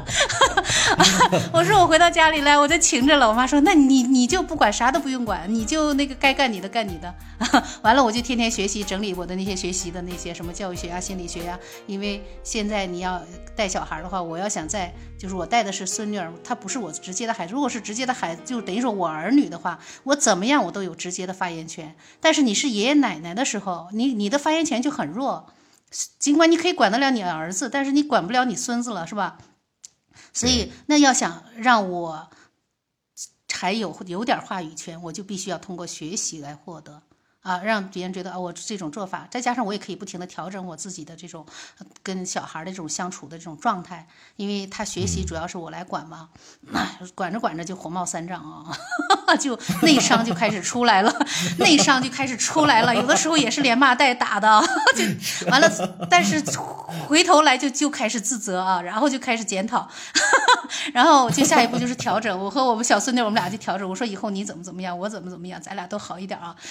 我说我回到家里来，我就请着了。我妈说那你你就不管，啥都不用管，你就那个该干你的干你的。完了我就天天学习整理我的那些学习的那些什么教育学啊、心理学啊，因为现在你要带小孩的话，我要想在就是我带的是孙女儿，她不是我直接的孩子。如果是直接的孩子，就等于说我儿女的话，我怎么样我都有直接的发言权。但是你是爷爷奶奶的时候，你你的发言权就很弱。尽管你可以管得了你儿子，但是你管不了你孙子了，是吧？所以那要想让我还有有点话语权，我就必须要通过学习来获得。啊，让别人觉得啊，我这种做法，再加上我也可以不停的调整我自己的这种跟小孩的这种相处的这种状态，因为他学习主要是我来管嘛，啊、管着管着就火冒三丈啊，就内伤就开始出来了，内伤就开始出来了，有的时候也是连骂带打的，就完了，但是回头来就就开始自责啊，然后就开始检讨，然后就下一步就是调整，我和我们小孙女我们俩就调整，我说以后你怎么怎么样，我怎么怎么样，咱俩都好一点啊。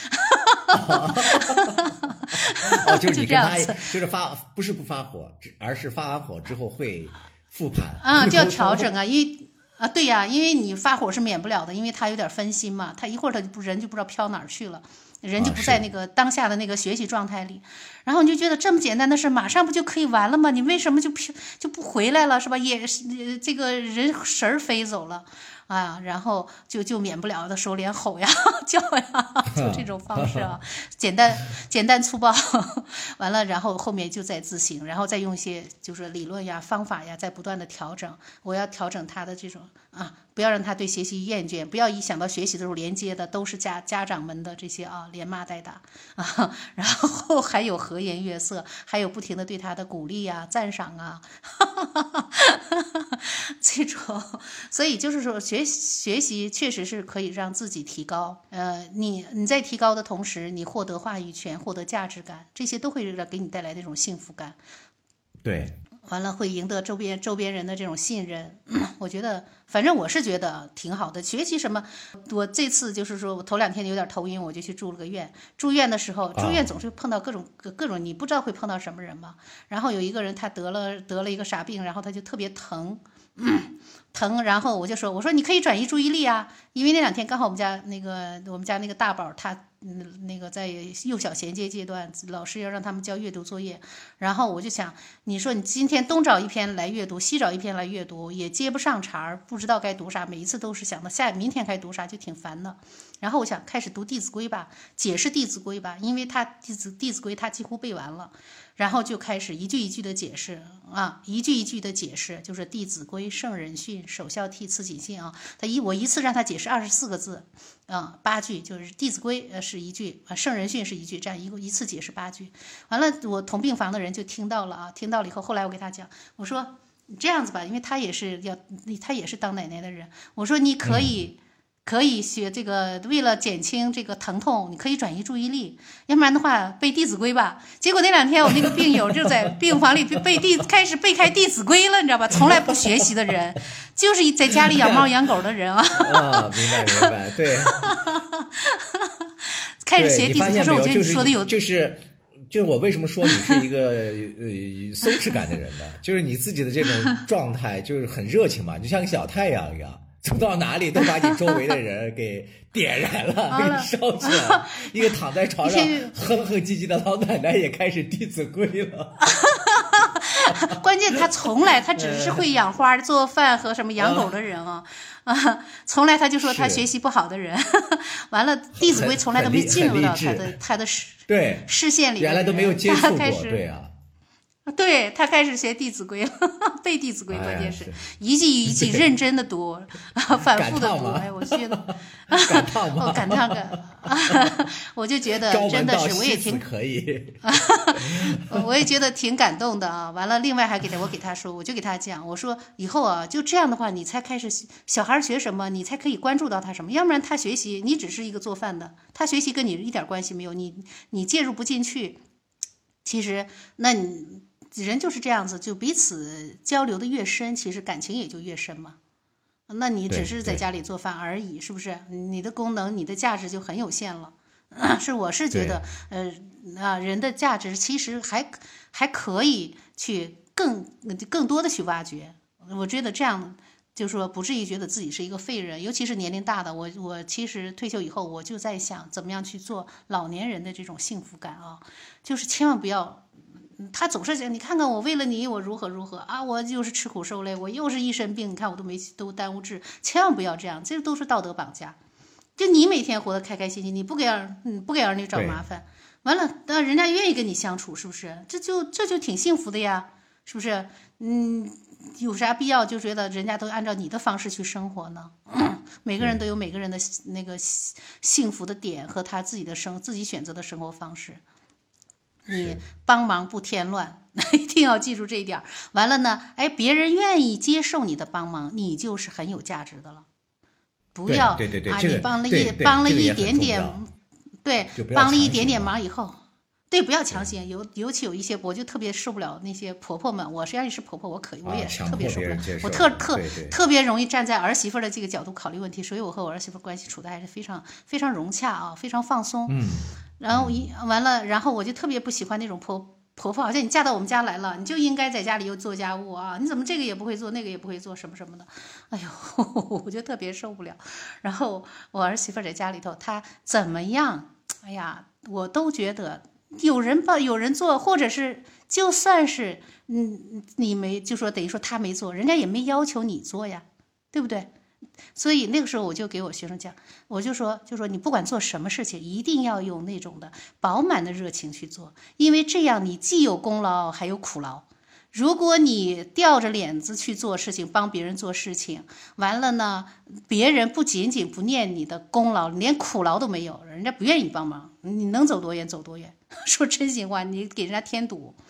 哦，就是你跟他就是发不是不发火，而是发完火之后会复盘啊，就要调整啊，因为啊对呀、啊，因为你发火是免不了的，因为他有点分心嘛，他一会儿他就不人就不知道飘哪儿去了，人就不在那个当下的那个学习状态里，然后你就觉得这么简单的事马上不就可以完了吗？你为什么就就不回来了是吧？也是这个人神儿飞走了。啊，然后就就免不了的时候连吼呀叫呀，就这种方式啊，简单简单粗暴，完了，然后后面就再自省，然后再用一些就是理论呀、方法呀，再不断的调整。我要调整他的这种啊，不要让他对学习厌倦，不要一想到学习的时候连接的都是家家长们的这些啊连骂带打啊，然后还有和颜悦色，还有不停的对他的鼓励呀、赞赏啊， 这种，所以就是说学学习确实是可以让自己提高。呃，你你在提高的同时，你获得话语权，获得价值感，这些都会让给你带来这种幸福感。 对。 完了会赢得周边周边人的这种信任，我觉得反正我是觉得挺好的。学习什么，我这次就是说我头两天有点头晕，我就去住了个院。住院的时候，住院总是碰到各种、啊、各种，你不知道会碰到什么人嘛。然后有一个人他得了得了一个啥病，然后他就特别疼。嗯，疼，然后我就说，我说你可以转移注意力啊，因为那两天刚好我们家那个我们家那个大宝他嗯那个在幼小衔接阶段，老师要让他们交阅读作业，然后我就想，你说你今天东找一篇来阅读，西找一篇来阅读，也接不上茬儿，不知道该读啥，每一次都是想到下明天该读啥，就挺烦的。然后我想开始读《弟子规》吧，解释《弟子规》吧，因为他弟子《弟子规》他几乎背完了。然后就开始一句一句的解释啊，一句一句的解释，就是《弟子规》圣人训，首孝悌，次谨信啊。他一我一次让他解释二十四个字啊，八句，就是《弟子规》呃是一句啊，圣人训是一句，这样一个一次解释八句。完了，我同病房的人就听到了啊，听到了以后，后来我给他讲，我说这样子吧，因为他也是要他也是当奶奶的人，我说你可以。嗯可以学这个，为了减轻这个疼痛，你可以转移注意力，要不然的话背《弟子规》吧。结果那两天我那个病友就在病房里背弟，开始背开《弟子规》了，你知道吧？从来不学习的人，就是在家里养猫养狗的人啊。 啊，明白明白，对。 开始学《弟子规》，我觉得你说的有， 就是。就是我为什么说你是一个呃松弛感的人呢？就是你自己的这种状态就是很热情嘛，就像个小太阳一样，走到哪里都把你周围的人给点燃了，给你烧起来了。一个躺在床上哼哼唧唧的老奶奶也开始《弟子规》了。 关键他从来他只是会养花、做饭和什么养狗的人啊。啊，从来他就说他学习不好的人，完了《弟子规》从来都没进入到他的他的视对视线里， 原来都没有接触过，对啊， 对他开始学《弟子规》了，背《弟子规》，关键是、 哎、是一句一句认真的读，反复的读，哎，我觉得感叹吗？ 我感叹感，我就觉得真的是，我也挺可以， 我也觉得挺感动的啊。完了，另外还给他，我给他说，我就给他讲，我说以后啊，就这样的话，你才开始小孩学什么，你才可以关注到他什么，要不然他学习，你只是一个做饭的，他学习跟你一点关系没有，你你介入不进去，其实那你。人就是这样子，就彼此交流的越深，其实感情也就越深嘛。那你只是在家里做饭而已，是不是？你的功能、你的价值就很有限了。是，我是觉得，呃啊，人的价值其实还还可以去更更多的去挖掘。我觉得这样。就说不至于觉得自己是一个废人，尤其是年龄大的我，我其实退休以后，我就在想怎么样去做老年人的这种幸福感啊，就是千万不要。他总是讲，你看看我为了你，我如何如何啊，我就是吃苦受累，我又是一身病，你看我都没都耽误治，千万不要这样，这都是道德绑架。就你每天活得开开心心，你不给儿嗯不给儿女找麻烦，完了，那人家愿意跟你相处，是不是？这就这就挺幸福的呀，是不是？嗯，有啥必要就觉得人家都按照你的方式去生活呢？嗯、每个人都有每个人的那个幸福的点和他自己的生自己选择的生活方式。你帮忙不添乱，一定要记住这一点。完了呢，哎，别人愿意接受你的帮忙，你就是很有价值的了。不要对对对对啊， 这个你帮了对一帮了对这个也很一点点， 重要对就不，要帮了一强行点点嘛忙以后，对，不要强行。尤尤其有一些，我就特别受不了那些婆婆们。我实际上也是婆婆，我可以，我也是啊强特别受不了迫别人接。受我特特对对特别容易站在儿媳妇的这个角度考虑问题，所以我和我儿媳妇关系处的还是非常非常融洽啊，非常放松。 嗯， 然后一完了，然后我就特别不喜欢那种婆婆婆，好像你嫁到我们家来了，你就应该在家里又做家务啊，你怎么这个也不会做，那个也不会做，什么什么的，哎呦，我就特别受不了。然后我儿媳妇在家里头，她怎么样？哎呀，我都觉得有人帮，有人做，或者是就算是嗯你没就说等于说他没做，人家也没要求你做呀，对不对？所以那个时候我就给我学生讲，我就说就说你不管做什么事情，一定要用那种的饱满的热情去做，因为这样你既有功劳还有苦劳。如果你吊着脸子去做事情，帮别人做事情，完了呢，别人不仅仅不念你的功劳，连苦劳都没有，人家不愿意帮忙，你能走多远走多远。说真心话，你给人家添堵。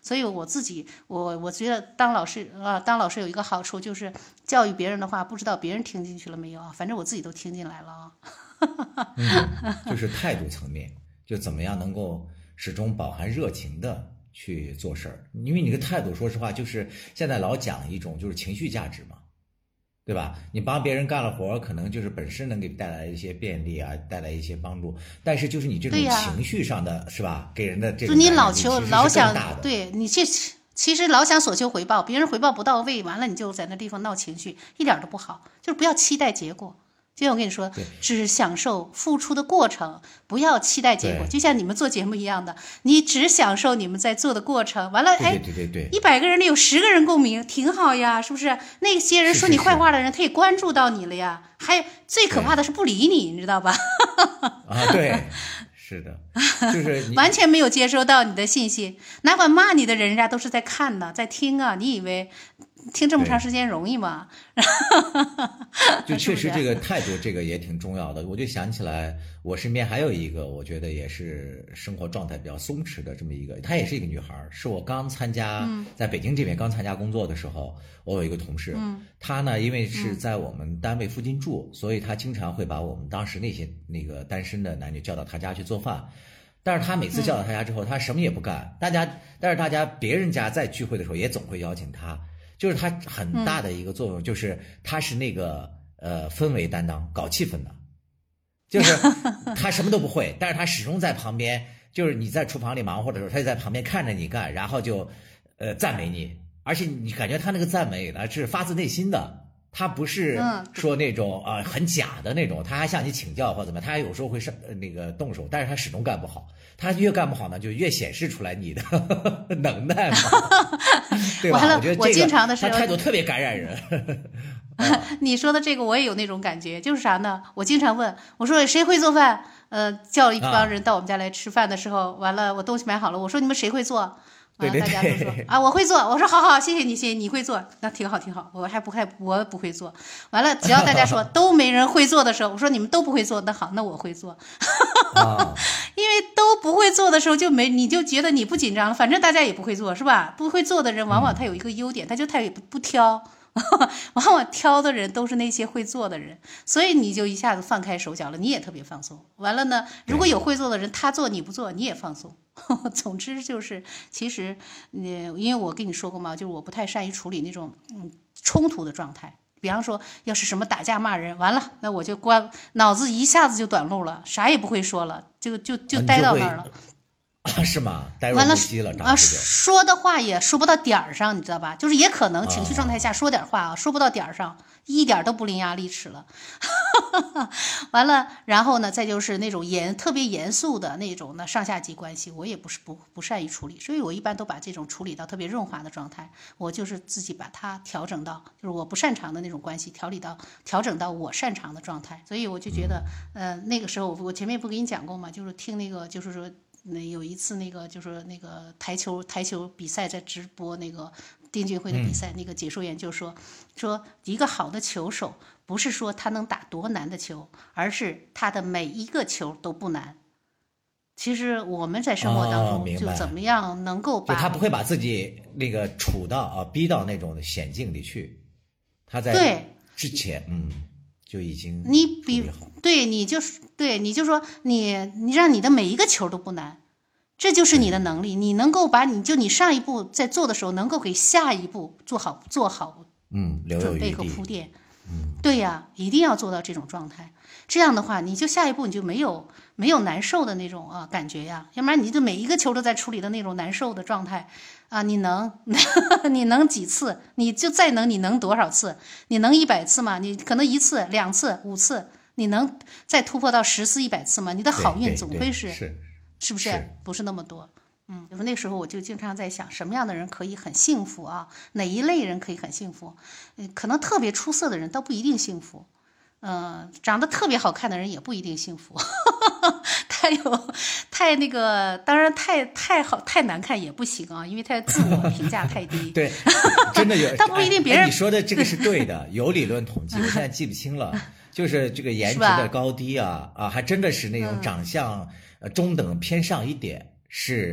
所以我自己，我我觉得当老师啊，当老师有一个好处就是教育别人的话，不知道别人听进去了没有啊？反正我自己都听进来了啊。 嗯，就是态度层面，就怎么样能够始终饱含热情的去做事儿。因为你的态度，说实话，就是现在老讲一种就是情绪价值嘛。对吧？你帮别人干了活，可能就是本身能给带来一些便利啊，带来一些帮助。但是就是你这种情绪上的，是吧？给人的这种就你老求老想， 的对你这其实老想索求回报，别人回报不到位，完了你就在那地方闹情绪，一点都不好。就是不要期待结果。就像我跟你说，只享受付出的过程，不要期待结果。就像你们做节目一样的，你只享受你们在做的过程。完了，哎， 对对对， 一百个人里有十个人共鸣，挺好呀，是不是？那些人说你坏话的人，他也关注到你了呀。还最可怕的是不理你，你知道吧？ 啊，对，是的，就是完全没有接收到你的信息。哪管骂你的人，人家都是在看呢，在听啊。你以为听这么长时间容易吗？ 就确实这个态度，这个也挺重要的。我就想起来，我身边还有一个，我觉得也是生活状态比较松弛的这么一个，她也是一个女孩，是我刚参加、嗯、在北京这边刚参加工作的时候，我有一个同事，嗯、她呢因为是在我们单位附近住，嗯、所以她经常会把我们当时那些那个单身的男女叫到她家去做饭。但是她每次叫到她家之后，她什么也不干，大家但是大家别人家在聚会的时候也总会邀请她。就是他很大的一个作用，就是他是那个呃氛围担当，搞气氛的，就是他什么都不会，但是他始终在旁边，就是你在厨房里忙活的时候，他就在旁边看着你干，然后就呃赞美你，而且你感觉他那个赞美呢是发自内心的，他不是说那种啊、呃、很假的那种，他还向你请教或怎么，他还有时候会上那个动手，但是他始终干不好。他越干不好呢，就越显示出来你的能耐嘛，对吧？我觉得这个我经常的他态度特别感染人。 你说的这个我也有那种感觉，就是啥呢？我经常问我说谁会做饭？呃，叫一帮人到我们家来吃饭的时候，啊、完了我东西买好了，我说你们谁会做？ 对对对， 大家都说啊，我会做。我说好好，谢谢你，谢谢你会做，那挺好挺好。我还不还我不会做。完了，只要大家说都没人会做的时候，我说你们都不会做，那好，那我会做。 啊、 因为都不会做的时候，就没你就觉得你不紧张了，反正大家也不会做，是吧？不会做的人往往他有一个优点，嗯、他就他也不不挑。往往挑的人都是那些会做的人，所以你就一下子放开手脚了，你也特别放松。完了呢，如果有会做的人，他做你不做，你也放松。总之就是，其实，嗯，因为我跟你说过嘛，就是我不太善于处理那种嗯冲突的状态。比方说，要是什么打架骂人，完了，那我就关脑子一下子就短路了，啥也不会说了，就就就呆到那儿了。 啊，是吗？呆若木鸡了， 啊，说的话也说不到点儿上，你知道吧？就是也可能情绪状态下说点话啊，哦、说不到点儿上，一点都不伶牙俐齿了。完了，然后呢，再就是那种严特别严肃的那种呢上下级关系，我也不是不不善于处理，所以我一般都把这种处理到特别润滑的状态。我就是自己把它调整到，就是我不擅长的那种关系调理到调整到我擅长的状态。所以我就觉得，呃，那个时候我前面不跟你讲过嘛，就是听那个，就是说。那有一次那个就是那个台球台球比赛在直播那个丁俊晖的比赛，嗯、那个解说员就说说一个好的球手不是说他能打多难的球，而是他的每一个球都不难。其实我们在生活当中就怎么样能够把、 哦、他不会把自己那个处到啊逼到那种险境里去，他在对之前嗯。就已经你比对你就是对你就说你你让你的每一个球都不难，这就是你的能力。你能够把你就你上一步在做的时候，能够给下一步做好做好嗯准备和铺垫。 嗯， 对呀，一定要做到这种状态。这样的话，你就下一步你就没有没有难受的那种啊感觉呀，要不然你就每一个球都在处理的那种难受的状态啊，你能你能几次？你就再能你能多少次？你能一百次吗？你可能一次、两次、五次，你能再突破到十次、一百次吗？你的好运总会是是是不是？是不是那么多？嗯，就是那时候我就经常在想，什么样的人可以很幸福啊？哪一类人可以很幸福？嗯，可能特别出色的人倒不一定幸福。嗯、呃，长得特别好看的人也不一定幸福，太有太那个，当然太太好太难看也不行啊，因为他自我评价太低。 对，真的有， 他不一定别人、 哎哎。你说的这个是对的，有理论统计，我现在记不清了，就是这个颜值的高低啊啊，还真的是那种长相呃中等偏上一点是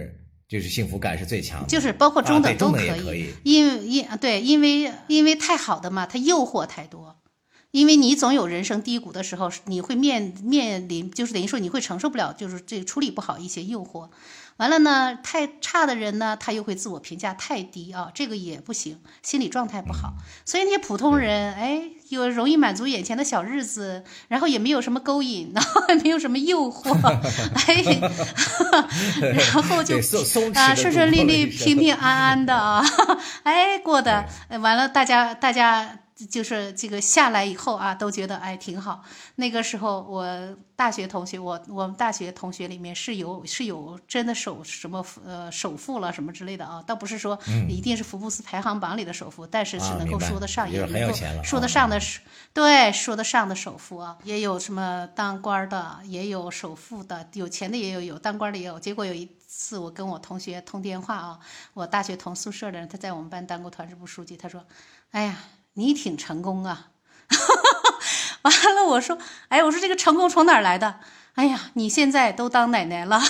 就是幸福感是最强的， 就是包括中等都可以， 啊、对中等也可以， 因为因对，因为因为太好的嘛，它诱惑太多。因为你总有人生低谷的时候，你会面面临，就是等于说你会承受不了，就是这处理不好一些诱惑。完了呢，太差的人呢，他又会自我评价太低啊，这个也不行，心理状态不好。所以那些普通人，哎，又容易满足眼前的小日子，然后也没有什么勾引，然后也没有什么诱惑，哎，然后就啊顺顺利利、平平安安的啊，哎，过的完了，大家大家。就是这个下来以后啊，都觉得哎挺好。那个时候我大学同学，我我们大学同学里面是有是有真的首什么呃首富了什么之类的啊，倒不是说一定是福布斯排行榜里的首富，嗯、但是是能够说得上， 啊、 也能够说得上的，啊、对，说得上的首富啊，也有什么当官的，也有首富的，有钱的也有，有当官的也有。结果有一次我跟我同学通电话啊，我大学同宿舍的人，他在我们班当过团支部书记，他说，哎呀。你挺成功啊，完了我说，哎，我说这个成功从哪儿来的？哎呀，你现在都当奶奶了，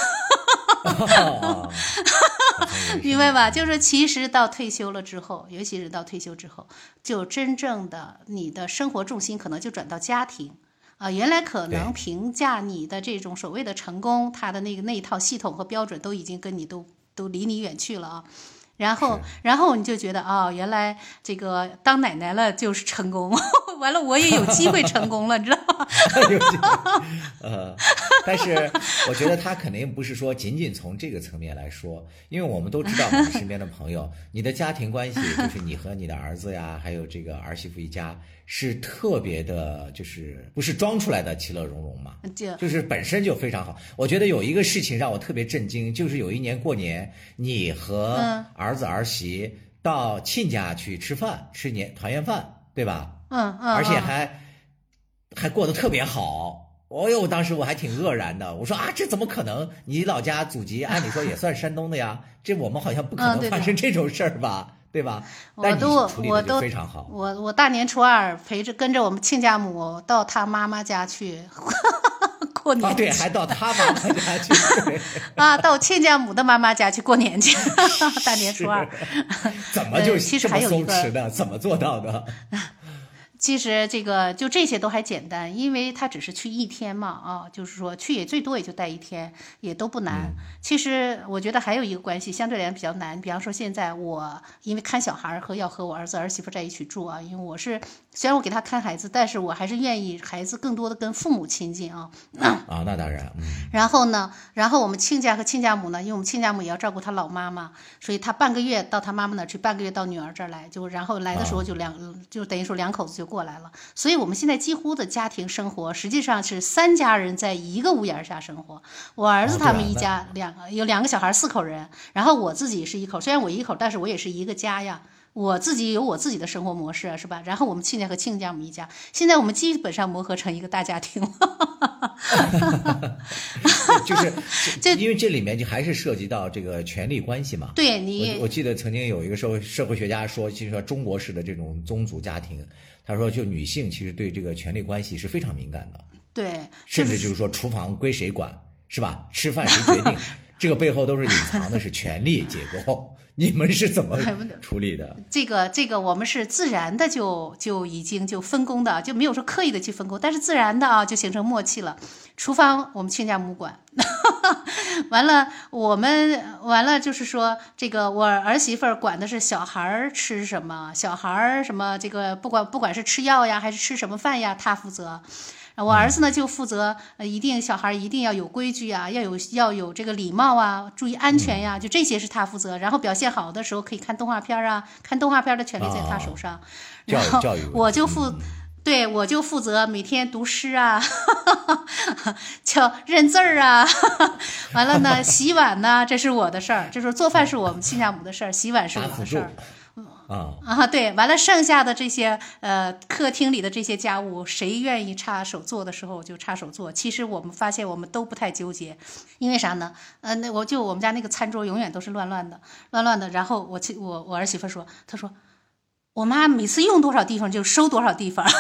明白吧？就是其实到退休了之后，尤其是到退休之后，就真正的你的生活重心可能就转到家庭啊、呃。原来可能评价你的这种所谓的成功，他的那个那一套系统和标准都已经跟你都都离你远去了啊。然后，然后你就觉得啊、哦，原来这个当奶奶了就是成功，完了我也有机会成功了，你知道吗？ 呃，但是我觉得他肯定不是说仅仅从这个层面来说，因为我们都知道我们身边的朋友，你的家庭关系就是你和你的儿子呀，还有这个儿媳妇一家是特别的，就是不是装出来的其乐融融嘛，就是本身就非常好。我觉得有一个事情让我特别震惊，就是有一年过年，你和儿子儿媳到亲家去吃饭，吃年团圆饭，对吧？ 嗯嗯， 而且还还过得特别好。哦呦，当时我还挺愕然的，我说啊，这怎么可能？你老家祖籍按理说也算山东的呀，这我们好像不可能发生这种事儿吧？ 嗯对吧？ 我都我都非常好。 我我大年初二陪着跟着我们亲家母到他妈妈家去过年、 啊，对，还到他妈妈家去啊，到亲家母的妈妈家去过年去，大年初二。 怎么就其实还有一个的？怎么做到的？ 其实这个就这些都还简单，因为他只是去一天嘛，啊，就是说去也最多也就待一天，也都不难。嗯、其实我觉得还有一个关系相对来讲比较难，比方说现在我因为看小孩和要和我儿子儿媳妇在一起住啊，因为我是虽然我给他看孩子，但是我还是愿意孩子更多的跟父母亲近啊。 啊，那当然。嗯、 然后呢，然后我们亲家和亲家母呢，因为我们亲家母也要照顾他老妈妈，所以他半个月到他妈妈那儿去，半个月到女儿这儿来，就然后来的时候就两、啊、就等于说两口子就过来了。所以我们现在几乎的家庭生活实际上是三家人在一个屋檐下生活。我儿子他们一家两个、哦、有两个小孩四口人，然后我自己是一口，虽然我一口，但是我也是一个家呀。我自己有我自己的生活模式，是吧？然后我们亲家和亲家母一家，现在我们基本上磨合成一个大家庭了。 就是因为这里面就还是涉及到这个权力关系嘛。 对你， 我, 我记得曾经有一个社会社会学家说，其实说中国式的这种宗族家庭，他说就女性其实对这个权力关系是非常敏感的。 对， 甚至就是说厨房归谁管，是吧？吃饭谁决定？这个背后都是隐藏的是权力结构。你们是怎么处理的？ 这个这个我们是自然的就就已经就分工的，就没有说刻意的去分工，但是自然的啊就形成默契了。厨房我们亲家母管，完了我们完了就是说这个我儿媳妇儿管的是小孩吃什么，小孩什么这个不管不管是吃药呀还是吃什么饭呀，他负责。我儿子呢就负责，呃，一定小孩一定要有规矩啊，要有要有这个礼貌啊，注意安全呀，就这些是他负责。然后表现好的时候可以看动画片啊，看动画片的权利在他手上。然后我就负，对我就负责每天读诗啊，叫认字儿啊。完了呢，洗碗呢，这是我的事儿，这时候做饭是我们亲家母的事儿，洗碗是我的事儿。 啊啊，对，完了，剩下的这些呃，客厅里的这些家务，谁愿意插手做的时候就插手做。其实我们发现我们都不太纠结，因为啥呢？呃，那我就我们家那个餐桌永远都是乱乱的，乱乱的。然后我我我儿媳妇说，她说我妈每次用多少地方就收多少地方，她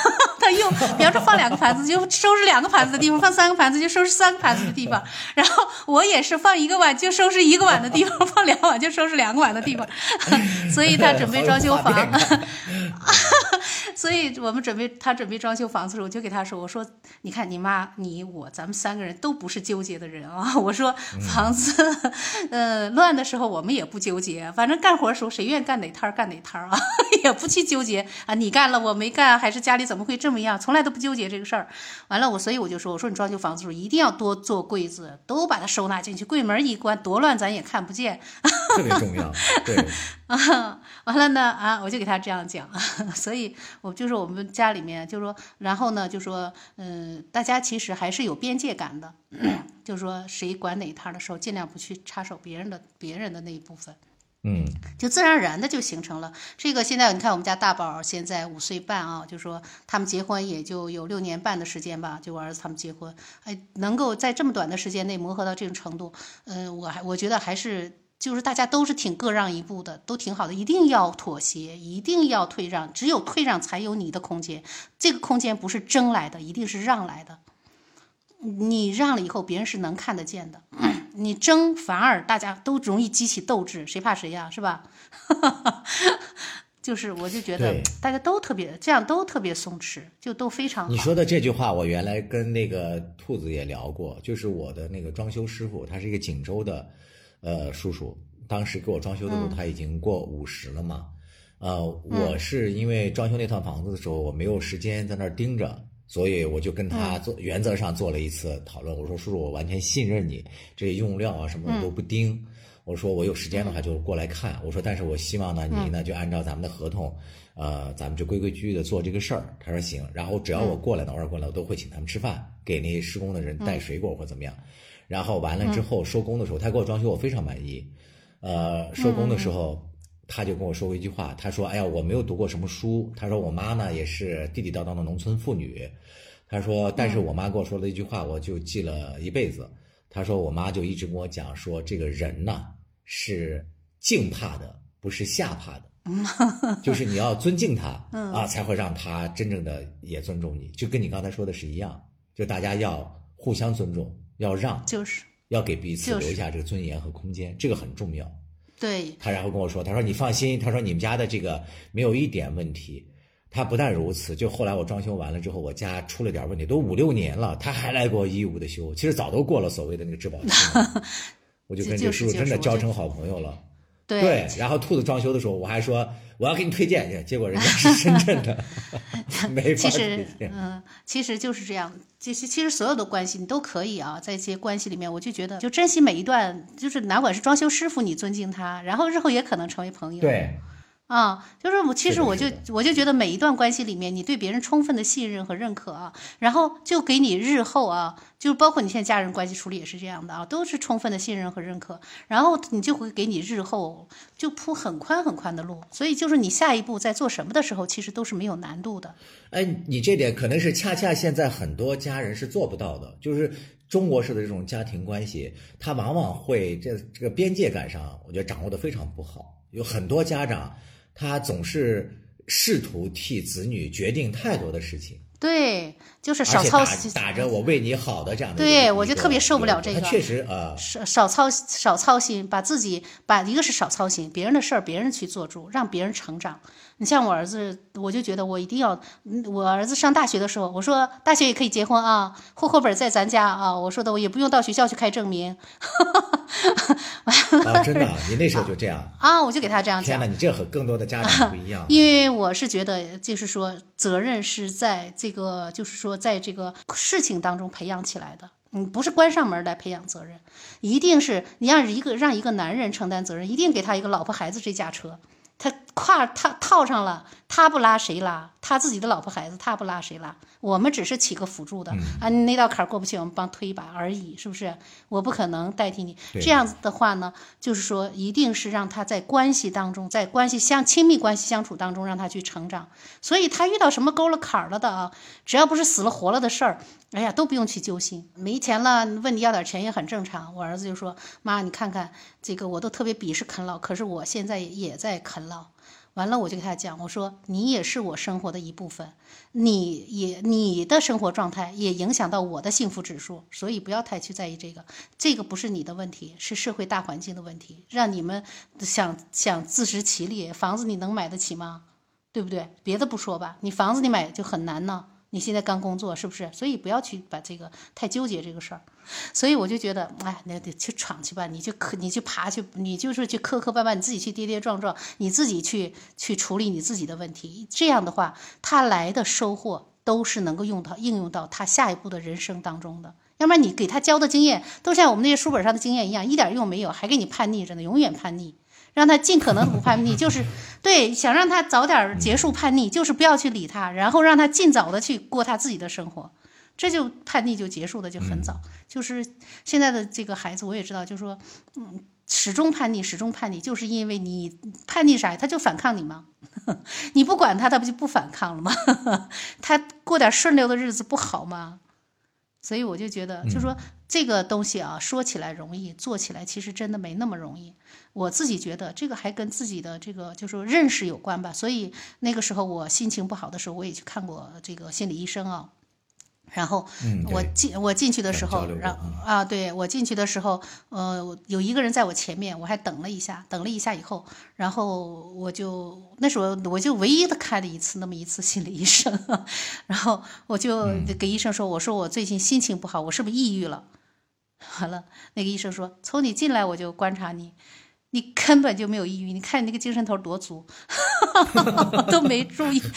又比方说放两个盘子就收拾两个盘子的地方，放三个盘子就收拾三个盘子的地方。然后我也是放一个碗就收拾一个碗的地方，放两碗就收拾两个碗的地方。所以他准备装修房，所以我们准备他准备装修房子的时候，我就给他说，我说你看你妈你我咱们三个人都不是纠结的人啊。我说房子、嗯、呃乱的时候我们也不纠结，反正干活的时候谁愿意干哪摊干哪摊啊，也不去纠结啊，你干了我没干，还是家里怎么会这么样，从来都不纠结这个事儿。完了我所以我就说，我说你装修房子的时候一定要多做柜子，都把它收纳进去，柜门一关多乱咱也看不见， 特别重要。对啊，完了呢啊，我就给他这样讲，所以我就是我们家里面就说，然后呢就说，嗯、呃，大家其实还是有边界感的，就是说谁管哪一摊的时候，尽量不去插手别人的别人的那一部分。 嗯， 就自然而然的就形成了这个。现在你看我们家大宝现在五岁半啊，就说他们结婚也就有六年半的时间吧，就我儿子他们结婚，哎，能够在这么短的时间内磨合到这种程度，嗯、呃，我还我觉得还是就是大家都是挺各让一步的，都挺好的。一定要妥协，一定要退让，只有退让才有你的空间，这个空间不是争来的，一定是让来的。你让了以后，别人是能看得见的。你争反而大家都容易激起斗志，谁怕谁呀、啊，是吧？就是我就觉得大家都特别这样，都特别松弛，就都非常好。 你说的这句话，我原来跟那个兔子也聊过，就是我的那个装修师傅，他是一个锦州的呃叔叔，当时给我装修的时候，他已经过五十了嘛。嗯、呃，我是因为装修那套房子的时候，我没有时间在那儿盯着。所以我就跟他做原则上做了一次讨论，我说叔叔，我完全信任你，这些用料啊什么的都不盯。嗯、我说我有时间的话就过来看。我说但是我希望呢，你呢就按照咱们的合同，呃，咱们就规规矩矩的做这个事儿。他说行，然后只要我过来呢，偶尔过来我都会请他们吃饭，给那些施工的人带水果或怎么样。然后完了之后收工的时候，他给我装修我非常满意。呃，收工的时候。他就跟我说过一句话，他说：“哎呀，我没有读过什么书。”他说：“我妈呢也是地地道道的农村妇女。”他说：“但是我妈跟我说了一句话，我就记了一辈子。”他说：“我妈就一直跟我讲说，这个人呢是敬怕的，不是下怕的，就是你要尊敬他啊，才会让他真正的也尊重你。就跟你刚才说的是一样，就大家要互相尊重，要让， 就是要给彼此留下这个尊严和空间，这个很重要。” 对， 他然后跟我说，他说你放心，他说你们家的这个没有一点问题。他不但如此，就后来我装修完了之后，我家出了点问题，都五六年了，他还来给我一五的修。其实早都过了所谓的那个质保期了，我就跟这叔叔真的交成好朋友了。 对, 对，然后兔子装修的时候，我还说我要给你推荐去，结果人家是深圳的，没法推荐。 嗯，其实就是这样。其实其实所有的关系你都可以啊，在这些关系里面，我就觉得就珍惜每一段，就是哪管是装修师傅，你尊敬他，然后日后也可能成为朋友。 对。 啊，就是我其实我就我就觉得每一段关系里面，你对别人充分的信任和认可啊，然后就给你日后啊，就包括你现在家人关系处理也是这样的啊，都是充分的信任和认可，然后你就会给你日后就铺很宽很宽的路，所以就是你下一步在做什么的时候，其实都是没有难度的。 哎，你这点可能是恰恰现在很多家人是做不到的，就是中国式的这种家庭关系，它往往会这这个边界感上，我觉得掌握的非常不好，有很多家长。他总是试图替子女决定太多的事情， 对，就是少操心， 打着我为你好的这样的， 对我就特别受不了这个。 他确实呃， 少少操少操心，把自己把一个是少操心，别人的事儿别人去做主，让别人成长。你像我儿子，我就觉得我一定要，我儿子上大学的时候，我说大学也可以结婚啊，户口本在咱家啊，我说的我也不用到学校去开证明。 啊，真的，你那时候就这样啊？我就给他这样讲。 天哪，你这和更多的家长不一样。 因为我是觉得，就是说，责任是在这个，就是说，在这个事情当中培养起来的。嗯，不是关上门来培养责任，一定是你让一个让一个男人承担责任，一定给他一个老婆孩子这架车。他跨他套上了，他不拉谁拉？他自己的老婆孩子，他不拉谁拉？我们只是起个辅助的、嗯、啊，那道坎过不去，我们帮推一把而已，是不是？我不可能代替你。这样子的话呢，就是说，一定是让他在关系当中，在关系相亲密关系相处当中，让他去成长。所以他遇到什么勾了坎了的啊，只要不是死了活了的事儿，哎呀，都不用去揪心。没钱了，问你要点钱也很正常。我儿子就说：“妈，你看看这个，我都特别鄙视啃老，可是我现在也在啃老。” 完了我就给他讲，我说你也是我生活的一部分，你也你的生活状态也影响到我的幸福指数，所以不要太去在意这个，这个不是你的问题，是社会大环境的问题，让你们想想自食其力。房子你能买得起吗？对不对？别的不说吧，你房子你买就很难呢，你现在刚工作是不是？所以不要去把这个太纠结这个事儿。所以我就觉得，哎，那得去闯去吧，你就磕，你去爬去，你就是去磕磕绊绊，你自己去跌跌撞撞，你自己去去处理你自己的问题。这样的话，他来的收获都是能够用到应用到他下一步的人生当中的。要不然你给他教的经验都像我们那些书本上的经验一样，一点用没有，还给你叛逆着呢，永远叛逆。让他尽可能的不叛逆，就是对，想让他早点结束叛逆，就是不要去理他，然后让他尽早的去过他自己的生活，这就叛逆就结束的就很早。嗯、就是现在的这个孩子，我也知道，就是说，嗯，始终叛逆，始终叛逆，就是因为你叛逆啥，他就反抗你嘛，你不管他，他不就不反抗了吗？他过点顺溜的日子不好吗？所以我就觉得，就说这个东西啊，说起来容易，做起来其实真的没那么容易。我自己觉得这个还跟自己的这个就是说认识有关吧。所以那个时候我心情不好的时候，我也去看过这个心理医生啊。然后我进、嗯、我进去的时候，然啊，对我进去的时候，呃，有一个人在我前面，我还等了一下，等了一下以后，然后我就那时候我就唯一的看了一次那么一次心理医生，然后我就给医生说，我说我最近心情不好，我是不是抑郁了？完了，那个医生说，从你进来我就观察你。你根本就没有抑郁，你看你那个精神头多足，都没注意，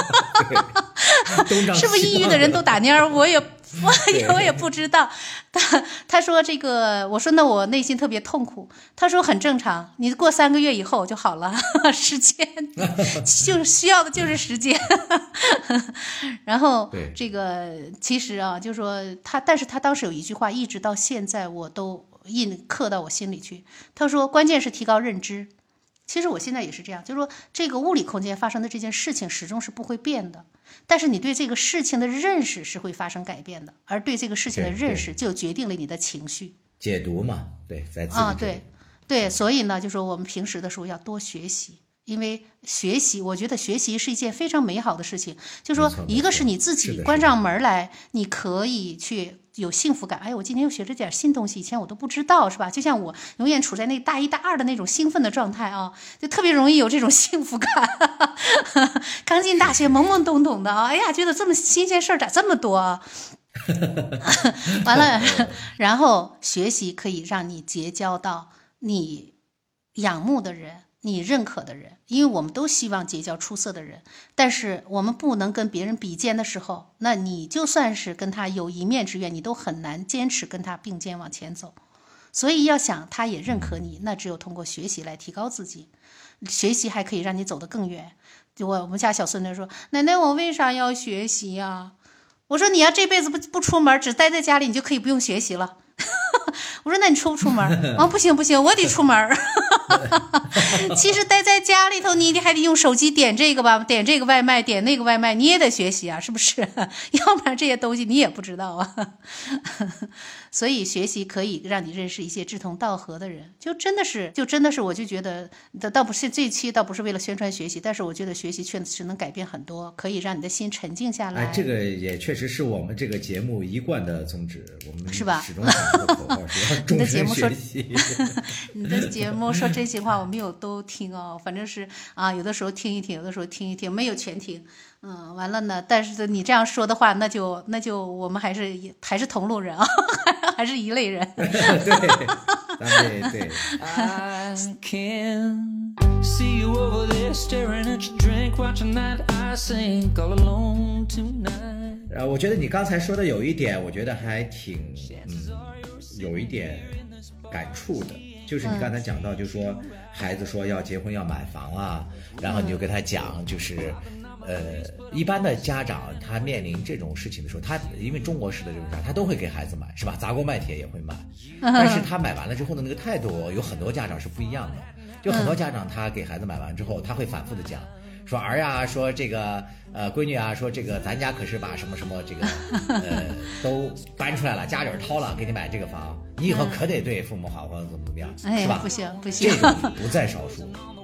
是不是抑郁的人都打蔫儿？我也我也我也不知道。他他说这个，我说那我内心特别痛苦。他说很正常，你过三个月以后就好了，时间就需要的就是时间。然后这个其实啊，就说他，但是他当时有一句话，一直到现在我都印刻到我心里去。他说关键是提高认知。其实我现在也是这样，就是说这个物理空间发生的这件事情始终是不会变的，但是你对这个事情的认识是会发生改变的，而对这个事情的认识就决定了你的情绪解读嘛。对，在自己啊，对对，所以呢，就说我们平时的时候要多学习。因为学习，我觉得学习是一件非常美好的事情。就说一个是你自己关上门来，你可以去有幸福感。哎，我今天又学了点新东西，以前我都不知道，是吧？就像我永远处在那大一大二的那种兴奋的状态啊，就特别容易有这种幸福感。刚进大学懵懵懂懂的啊，哎呀，觉得这么新鲜事儿咋这么多啊？完了，然后学习可以让你结交到你仰慕的人。你认可的人，因为我们都希望结交出色的人，但是我们不能跟别人比肩的时候，那你就算是跟他有一面之缘，你都很难坚持跟他并肩往前走。所以要想他也认可你，那只有通过学习来提高自己。学习还可以让你走得更远。就我我们家小孙女说，奶奶我为啥要学习呀？我说你要这辈子不不出门，只待在家里，你就可以不用学习了。我说那你出不出门？哦，不行不行，我得出门。其实待在家里头，你还得用手机点这个吧，点这个外卖，点那个外卖，你也得学习啊，是不是？要不然这些东西你也不知道啊。所以学习可以让你认识一些志同道合的人，就真的是，就真的是，我就觉得，倒不是这一期倒不是为了宣传学习，但是我觉得学习确实能改变很多，可以让你的心沉静下来。 哎，这个也确实是我们这个节目一贯的宗旨，我们是吧？ 始终讲的口号是要终身学习。 你的节目说这些话，我没有都听哦，反正是啊，有的时候听一听，有的时候听一听，没有全听。嗯，完了呢，但是你这样说的话，那就那就我们还是还是同路人啊，还是一类人。 对，对对。 I can see you over there staring at your drink, watching that I sink all alone tonight. 呃，我觉得你刚才说的有一点，我觉得还挺嗯，有一点感触的。就是你刚才讲到，就说孩子说要结婚要买房啊，然后你就跟他讲，就是呃，一般的家长他面临这种事情的时候，他因为中国式的这种家长，他都会给孩子买，是吧？砸锅卖铁也会买，但是他买完了之后的那个态度，有很多家长是不一样的。就很多家长他给孩子买完之后，他会反复的讲，说儿呀，说这个呃闺女啊，说这个咱家可是把什么什么这个呃都搬出来了，家里掏了给你买这个房，你以后可得对父母好，或者怎么怎么样， 哎、 是吧？ 不行不行， 这种不在少数。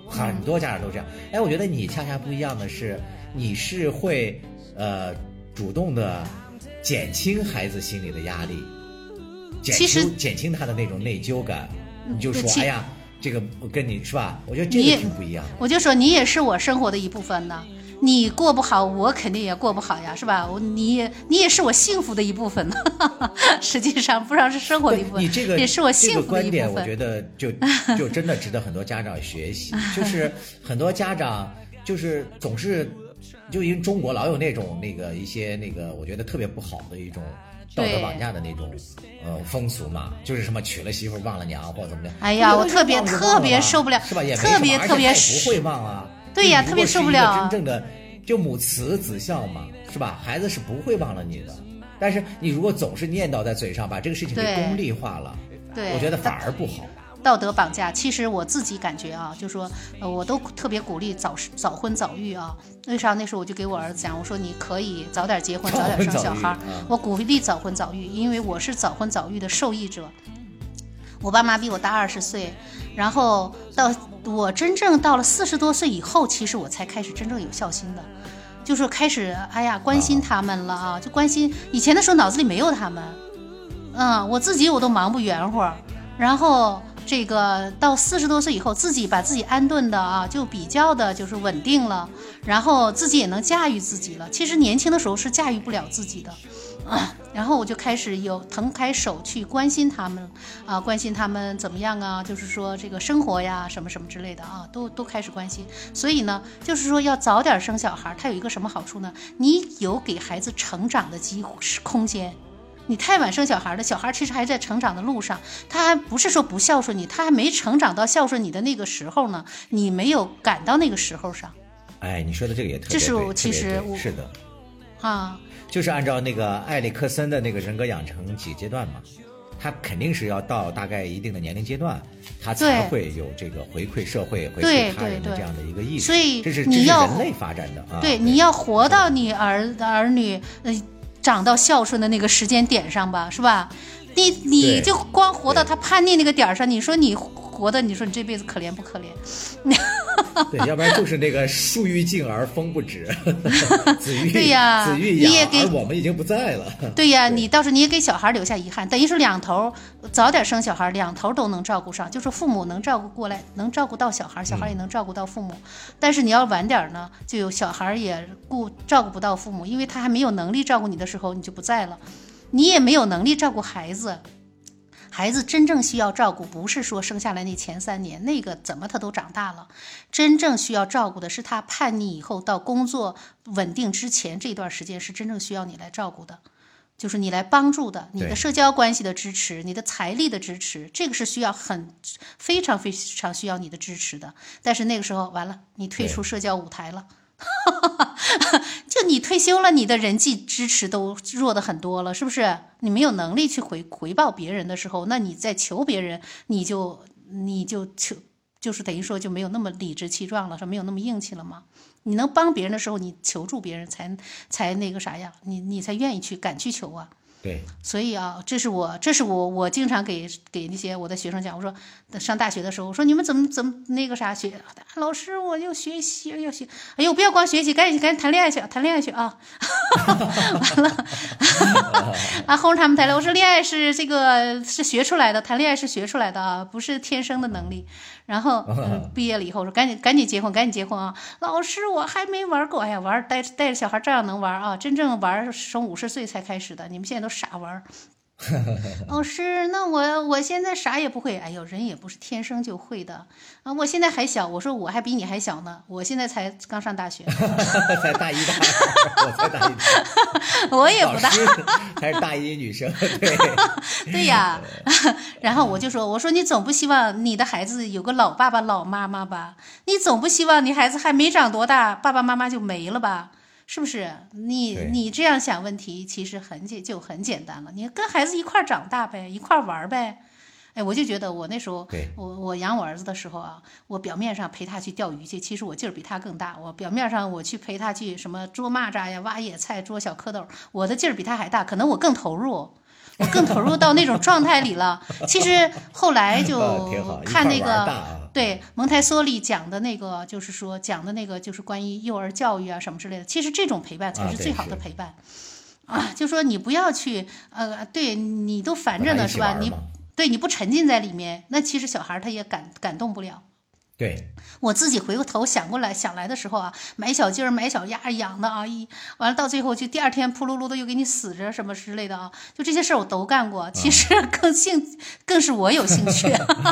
很多家长都这样。哎，我觉得你恰恰不一样的是，你是会呃主动的减轻孩子心里的压力，减其实轻减轻他的那种内疚感。你就说， 其哎呀，这个我跟你是吧？我觉得这个挺不一样的。 我就说你也是我生活的一部分呢。你过不好，我肯定也过不好呀，是吧？我你你也是我幸福的一部分呢。实际上，不光是生活的一部分， 你这个也是我幸福的一部分。 这个观点，我觉得就就真的值得很多家长学习。就是很多家长就是总是，就因为中国老有那种那个一些那个，我觉得特别不好的一种道德绑架的那种呃风俗嘛，就是什么娶了媳妇忘了娘或者怎么的。 哎呀，我特别特别受不了， 是吧？也没特别特别不会忘啊。 对呀，特别受不了。 真正的就母慈子孝嘛，是吧？孩子是不会忘了你的，但是你如果总是念叨在嘴上，把这个事情给功利化了， 对， 我觉得反而不好。 道德绑架，其实我自己感觉啊，就说呃，我都特别鼓励早早婚早育啊。为啥？那时候我就给我儿子讲，我说你可以早点结婚，早点生小孩。嗯、我鼓励早婚早育，因为我是早婚早育的受益者。我爸妈比我大二十岁，然后到我真正到了四十多岁以后，其实我才开始真正有孝心的，就是开始哎呀关心他们了啊，就关心。以前的时候脑子里没有他们，嗯，我自己我都忙不圆乎，然后这个到四十多岁以后，自己把自己安顿的啊，就比较的就是稳定了，然后自己也能驾驭自己了。其实年轻的时候是驾驭不了自己的。啊，然后我就开始有腾开手去关心他们啊，关心他们怎么样啊，就是说这个生活呀，什么什么之类的啊，都都开始关心。所以呢，就是说要早点生小孩，它有一个什么好处呢？你有给孩子成长的机会空间。你太晚生小孩的小孩其实还在成长的路上，他还不是说不孝顺你，他还没成长到孝顺你的那个时候呢，你没有赶到那个时候上。 哎，你说的这个也特别对， 这是我其实我是的啊。 就是按照那个埃里克森的那个人格养成几阶段嘛，他肯定是要到大概一定的年龄阶段，他才会有这个回馈社会、回馈他人的这样的一个意识。 所以这是你要这是人类发展的啊。 对，你要活到你儿儿女呃长到孝顺的那个时间点上吧，是吧？你你就光活到他叛逆那个点上，你说你活的，你说你这辈子可怜不可怜？ 对，要不然就是那个树欲静而风不止，子欲对呀， 子欲养而我们已经不在了。 对呀，你到时候你也给小孩留下遗憾，等于是两头早点生小孩，两头都能照顾上，就是父母能照顾过来，能照顾到小孩，小孩也能照顾到父母。嗯、但是你要晚点呢，就有小孩也顾照顾不到父母，因为他还没有能力照顾你的时候，你就不在了，你也没有能力照顾孩子。孩子真正需要照顾，不是说生下来那前三年，那个怎么他都长大了。真正需要照顾的是他叛逆以后到工作稳定之前这段时间，是真正需要你来照顾的，就是你来帮助的，你的社交关系的支持，你的财力的支持，这个是需要很非常非常需要你的支持的。但是那个时候完了，你退出社交舞台了。就你退休了，你的人际支持都弱得很多了，是不是？你没有能力去回回报别人的时候，那你在求别人，你就你就求，就是等于说就没有那么理直气壮了，说没有那么硬气了吗？你能帮别人的时候，你求助别人才才那个啥呀，你你才愿意去敢去求啊。 对， 所以啊，这是我，这是我，我经常给给那些我的学生讲，我说上大学的时候，我说你们怎么怎么那个啥学，老师我要学习要学，哎呦不要光学习，赶紧赶紧谈恋爱去，谈恋爱去啊！完了，啊哄他们谈恋爱，我说恋爱是这个是学出来的，谈恋爱是学出来的啊，不是天生的能力。然后、嗯、毕业了以后说赶紧赶紧结婚，赶紧结婚啊！老师我还没玩够，哎呀玩带带着小孩照样能玩啊，真正玩从五十岁才开始的，你们现在都傻玩。老师，那我我现在啥也不会。哎呦，人也不是天生就会的啊！我现在还小，我说我还比你还小呢，我现在才刚上大学， 才大一大二，我才大一大二， 我也不大， 还是大一女生，对对呀。然后我就说，我说你总不希望你的孩子有个老爸爸老妈妈吧？你总不希望你孩子还没长多大，爸爸妈妈就没了吧？是不是？你你这样想问题，其实很简就很简单了。你跟孩子一块长大呗，一块玩呗。哎，我就觉得我那时候，我我养我儿子的时候啊，我表面上陪他去钓鱼去，其实我劲儿比他更大。我表面上我去陪他去什么捉蚂蚱呀、挖野菜、捉小蝌蚪，我的劲儿比他还大，可能我更投入。我更投入到那种状态里了。其实后来就看那个， 对，蒙台梭利讲的那个，就是说讲的那个，就是关于幼儿教育啊什么之类的。其实这种陪伴才是最好的陪伴啊！就说你不要去，呃，对你都烦着呢，是吧？你对你不沉浸在里面，那其实小孩他也感感动不了。 对， 我自己回过头想过来想来的时候啊，买小鸡儿买小鸭养的啊，一完了到最后就第二天扑噜噜的又给你死着什么之类的啊，就这些事儿我都干过。其实更兴、嗯、更是我有兴趣，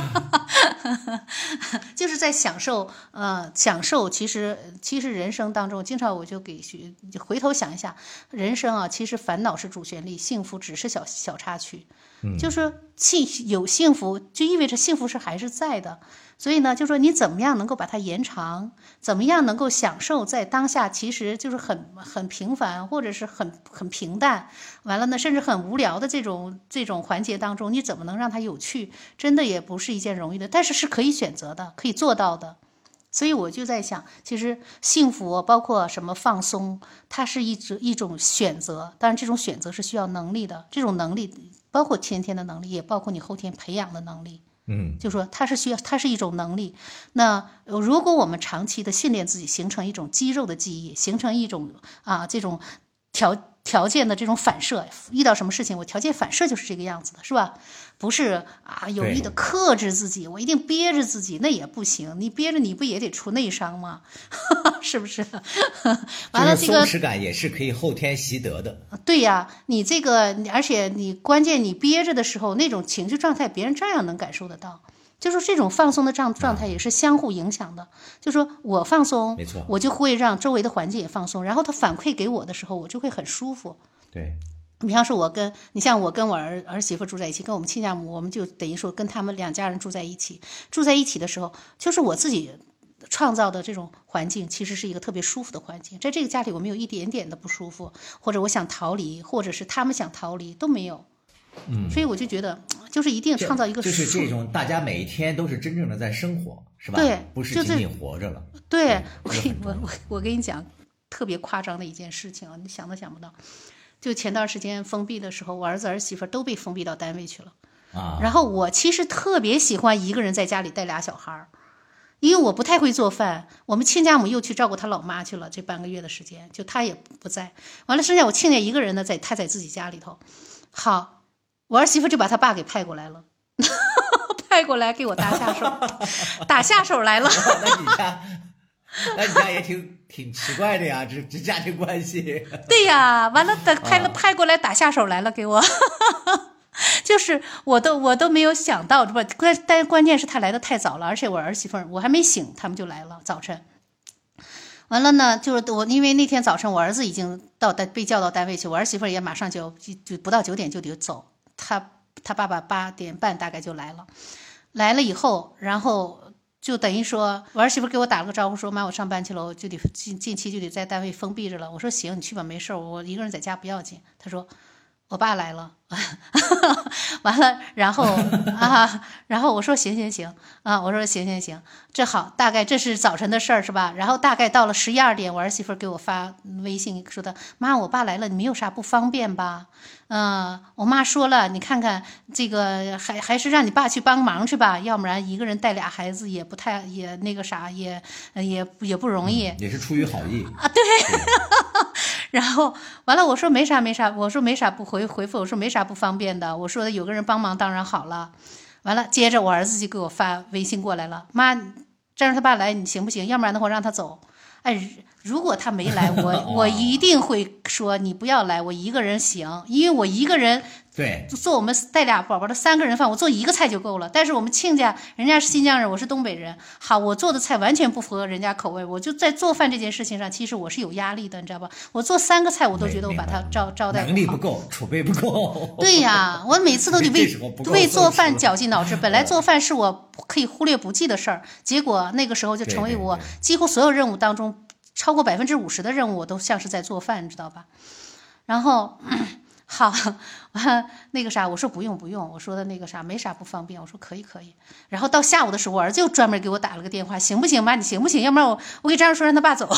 就是在享受呃享受。其实其实人生当中，经常我就给回头想一下，人生啊，其实烦恼是主旋律，幸福只是小小插曲。嗯、就是幸有幸福，就意味着幸福是还是在的。所以呢，就说你怎么样能够把它延长，怎么样能够享受在当下，其实就是很很平凡或者是很很平淡，完了呢，甚至很无聊的这种这种环节当中，你怎么能让它有趣？真的也不是一件容易的，但是是可以选择的，可以做到的。所以我就在想，其实幸福包括什么放松，它是一种一种选择，当然这种选择是需要能力的，这种能力包括先天的能力，也包括你后天培养的能力。嗯，就说它是需要，它是一种能力。那如果我们长期的训练自己，形成一种肌肉的记忆，形成一种啊这种条条件的这种反射，遇到什么事情，我条件反射就是这个样子的，是吧？不是啊，有意的克制自己，我一定憋着自己，那也不行。你憋着，你不也得出内伤吗？是不是？完了，这个松弛感也是可以后天习得的。 对呀，你这个，而且你关键你憋着的时候，那种情绪状态，别人照样能感受得到。就说这种放松的状状态也是相互影响的。啊、就说我放松， 没错， 我就会让周围的环境也放松，然后他反馈给我的时候，我就会很舒服。 对。 你像是我跟你像我跟我儿儿媳妇住在一起，跟我们亲家母，我们就等于说跟他们两家人住在一起。住在一起的时候，就是我自己创造的这种环境，其实是一个特别舒服的环境。在这个家里，我没有一点点的不舒服，或者我想逃离，或者是他们想逃离，都没有。嗯，所以我就觉得，就是一定创造一个就，就是这种大家每一天都是真正的在生活，是吧？ 对， 不是仅仅活着了。 对，我我我我跟你讲，特别夸张的一件事情啊，你想都想不到。就前段时间封闭的时候，我儿子儿媳妇都被封闭到单位去了啊。然后我其实特别喜欢一个人在家里带俩小孩，因为我不太会做饭。我们亲家母又去照顾他老妈去了，这半个月的时间，就他也不在。完了，剩下我亲家一个人呢，在他在自己家里头。好，我儿媳妇就把他爸给派过来了，派过来给我打下手，打下手来了。 那你家，那你家也挺。挺奇怪的呀，这这家庭关系。 对呀，完了，派了派过来打下手来了，给我，就是我都我都没有想到，不，关但关键是他来的太早了，而且我儿媳妇我还没醒，他们就来了早晨。完了呢，就是我因为那天早晨我儿子已经到单被叫到单位去，我儿媳妇也马上就就就不到九点就得走，他他爸爸八点半大概就来了，来了以后，然后。就等于说，我儿媳妇给我打了个招呼，说妈，我上班去了，我就得近近期就得在单位封闭着了。我说行，你去吧，没事，我一个人在家不要紧。他说我爸来了，完了，然后啊，然后我说行行行啊，我说行行行，这好，大概这是早晨的事儿是吧？然后大概到了十一二点，我儿媳妇给我发微信说的，妈，我爸来了，你没有啥不方便吧？嗯、呃，我妈说了，你看看这个，还还是让你爸去帮忙去吧，要不然一个人带俩孩子也不太也那个啥，也也也不容易。 嗯、也是出于好意啊，对。然后完了，我说没啥没啥，我说没啥不回回复，我说没啥不方便的，我说有个人帮忙当然好了。完了，接着我儿子就给我发微信过来了，妈，张他爸来你行不行？要不然的话让他走。哎，如果他没来，我我一定会说你不要来，我一个人行，因为我一个人对做我们带俩宝宝的三个人饭，我做一个菜就够了。但是我们亲家人家是新疆人，我是东北人，好，我做的菜完全不符合人家口味，我就在做饭这件事情上，其实我是有压力的，你知道吧？我做三个菜，我都觉得我把他招招待不好， 能力不够，储备不够。 对呀，我每次都得为为做饭绞尽脑汁。本来做饭是我可以忽略不计的事儿，结果那个时候就成为我几乎所有任务当中。超过百分之五十的任务我都像是在做饭，你知道吧？然后、嗯、好，完那个啥，我说不用不用，我说的那个啥没啥不方便，我说可以可以。然后到下午的时候，我儿子又专门给我打了个电话，行不行妈，你行不行？要不然我我给张说让他爸走，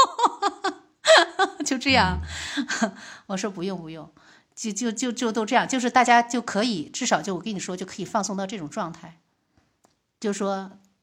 就这样。我说不用不用，就就就就都这样，就是大家就可以至少就我跟你说就可以放松到这种状态，就说。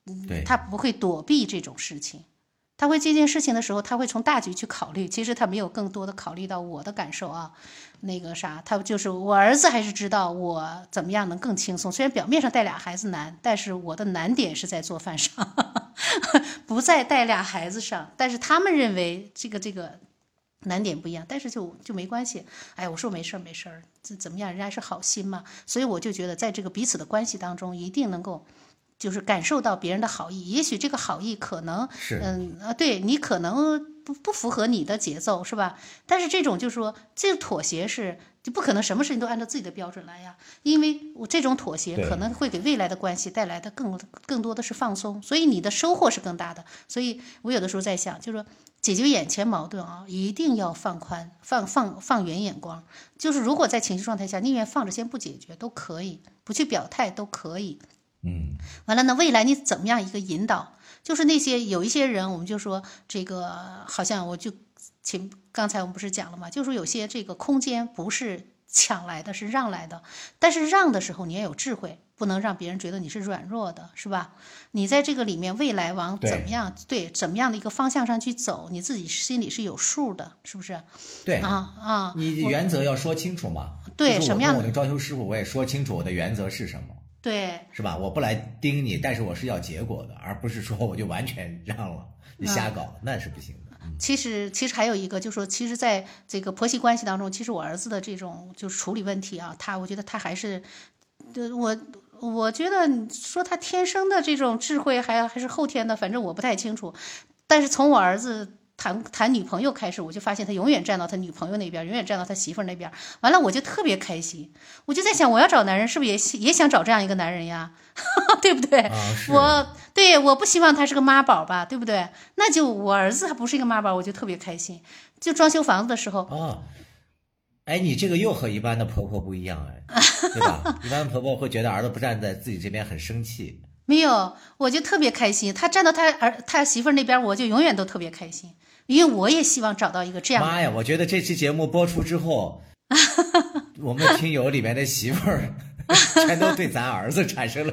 对， 他不会躲避这种事情。他会这件事情的时候，他会从大局去考虑。其实他没有更多的考虑到我的感受啊，那个啥，他就是我儿子还是知道我怎么样能更轻松。虽然表面上带俩孩子难，但是我的难点是在做饭上，不在带俩孩子上。但是他们认为这个这个难点不一样，但是就就没关系。哎，我说没事儿没事儿，这怎么样？人家是好心嘛，所以我就觉得在这个彼此的关系当中，一定能够。就是感受到别人的好意，也许这个好意可能，嗯啊，对你可能不不符合你的节奏，是吧？但是这种就是说，这个妥协是就不可能什么事情都按照自己的标准来呀，因为我这种妥协可能会给未来的关系带来的更更多的是放松，所以你的收获是更大的。所以我有的时候在想，就是说解决眼前矛盾啊，一定要放宽，放放放远眼光。就是如果在情绪状态下，宁愿放着先不解决都可以，不去表态都可以。 嗯， 完了呢，未来你怎么样一个引导？就是那些有一些人，我们就说这个，好像我就请刚才我们不是讲了吗？就说有些这个空间不是抢来的，是让来的。但是让的时候你要有智慧，不能让别人觉得你是软弱的，是吧？你在这个里面未来往怎么样？对，对怎么样的一个方向上去走，你自己心里是有数的，是不是？ 对啊啊， 你原则要说清楚嘛。 对，什么样的？ 我跟我那个装修师傅我也说清楚我的原则是什么。 对， 是吧？我不来盯你，但是我是要结果的，而不是说我就完全让了，你瞎搞，嗯、那是不行的。嗯、 其实，其实还有一个，就是说，其实在这个婆媳关系当中，其实我儿子的这种就是处理问题啊，他我觉得他还是，我我觉得你说他天生的这种智慧还还是后天的，反正我不太清楚。但是从我儿子谈谈女朋友开始，我就发现他永远站到他女朋友那边，永远站到他媳妇儿那边。完了，我就特别开心，我就在想，我要找男人是不是也也想找这样一个男人呀？对不对？ 啊、 我对我不希望他是个妈宝吧，对不对？那就我儿子他不是一个妈宝，我就特别开心。就装修房子的时候， 哦，哎，你这个又和一般的婆婆不一样哎，对吧？一般的婆婆会觉得儿子不站在自己这边很生气。 没有，我就特别开心。他站到他儿他媳妇儿那边，我就永远都特别开心，因为我也希望找到一个这样的。 妈呀！我觉得这期节目播出之后，我们听友里面的媳妇儿全都对咱儿子产生了。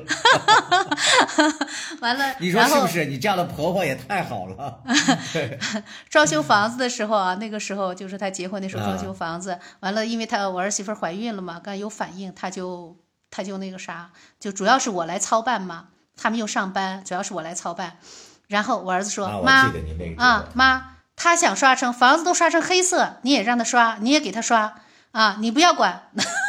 完了， 你说是不是？你这样的婆婆也太好了。 装修房子的时候啊，那个时候就是他结婚的时候装修房子，啊、完了，因为他我儿媳妇怀孕了嘛，刚有反应，他就他就那个啥，就主要是我来操办嘛。他们又上班，主要是我来操办。然后我儿子说：“ 啊、 妈， 我记得你那个啊，妈，他想刷成房子都刷成黑色，你也让他刷，你也给他刷啊，你不要管。”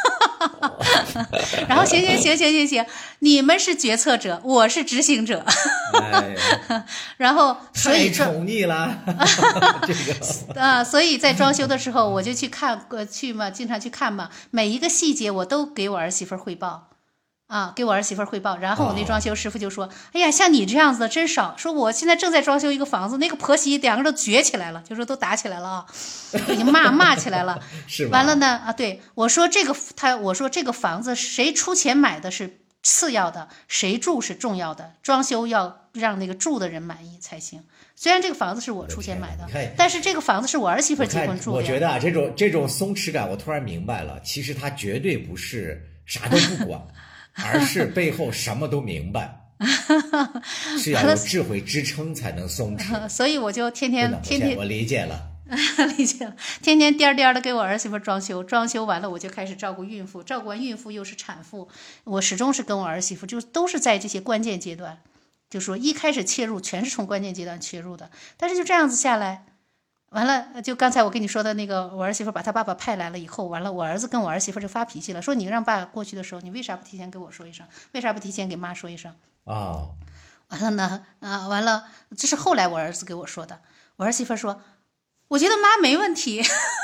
然后行行行行行行，你们是决策者，我是执行者。 哎、 然后所以太宠溺了。这个啊，所以在装修的时候，我就去看过去嘛，经常去看嘛，每一个细节我都给我儿媳妇汇报。啊，给我儿媳妇汇报，然后我那装修师傅就说：“哦、哎呀，像你这样子的真少。说我现在正在装修一个房子，那个婆媳两个人都绝起来了，就说都打起来了啊，已经骂骂起来了。 是完了呢啊，对我说这个他我说这个房子谁出钱买的是次要的，谁住是重要的，装修要让那个住的人满意才行。虽然这个房子是我出钱买的，但是这个房子是我儿媳妇结婚住的。 我觉得啊，这种这种松弛感，我突然明白了，其实他绝对不是啥都不管。”而是背后什么都明白，是要有智慧支撑才能松弛。 所以我就天天天天我理解了， 理解了，天天颠颠的给我儿媳妇装修，装修完了我就开始照顾孕妇，照顾完孕妇又是产妇，我始终是跟我儿媳妇就都是在这些关键阶段，就说一开始切入全是从关键阶段切入的，但是就这样子下来。完了，就刚才我跟你说的那个，我儿媳妇把他爸爸派来了以后，完了，我儿子跟我儿媳妇就发脾气了，说你让爸过去的时候，你为啥不提前给我说一声？为啥不提前给妈说一声？ 啊、哦， 完了呢，啊，完了，这是后来我儿子给我说的。我儿媳妇说，我觉得妈没问题，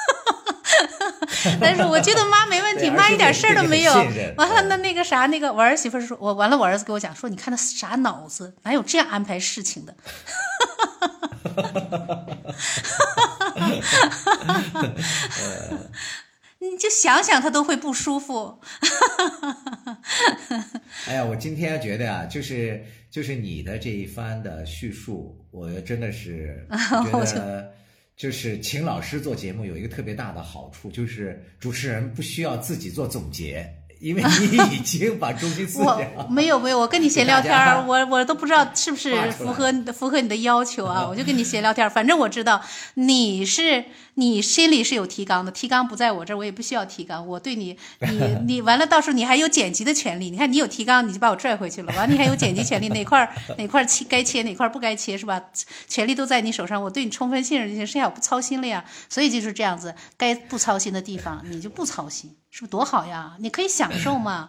但是我觉得妈没问题，妈一点事儿都没有。完了，那那个啥，那个我儿媳妇说，我完了，我儿子给我讲说，你看他啥脑子，哪有这样安排事情的？你就想想他都会不舒服。 哎呀，我今天觉得啊，就是就是你的这一番的叙述，我真的是觉得，就是请老师做节目有一个特别大的好处，就是主持人不需要自己做总结， 因为你已经把中心思想我没有没有，我跟你闲聊天儿，我我都不知道是不是画出来符合符合你的要求啊，我就跟你闲聊天儿，反正我知道你是你心里是有提纲的，提纲不在我这儿，我也不需要提纲，我对你你你完了，到时候你还有剪辑的权利，你看你有提纲，你就把我拽回去了，完了你还有剪辑权利，哪块儿哪块儿切该切哪块儿不该切是吧？权利都在你手上，我对你充分信任，这些剩下我不操心了呀，所以就是这样子，该不操心的地方你就不操心。是不是多好呀？你可以享受嘛。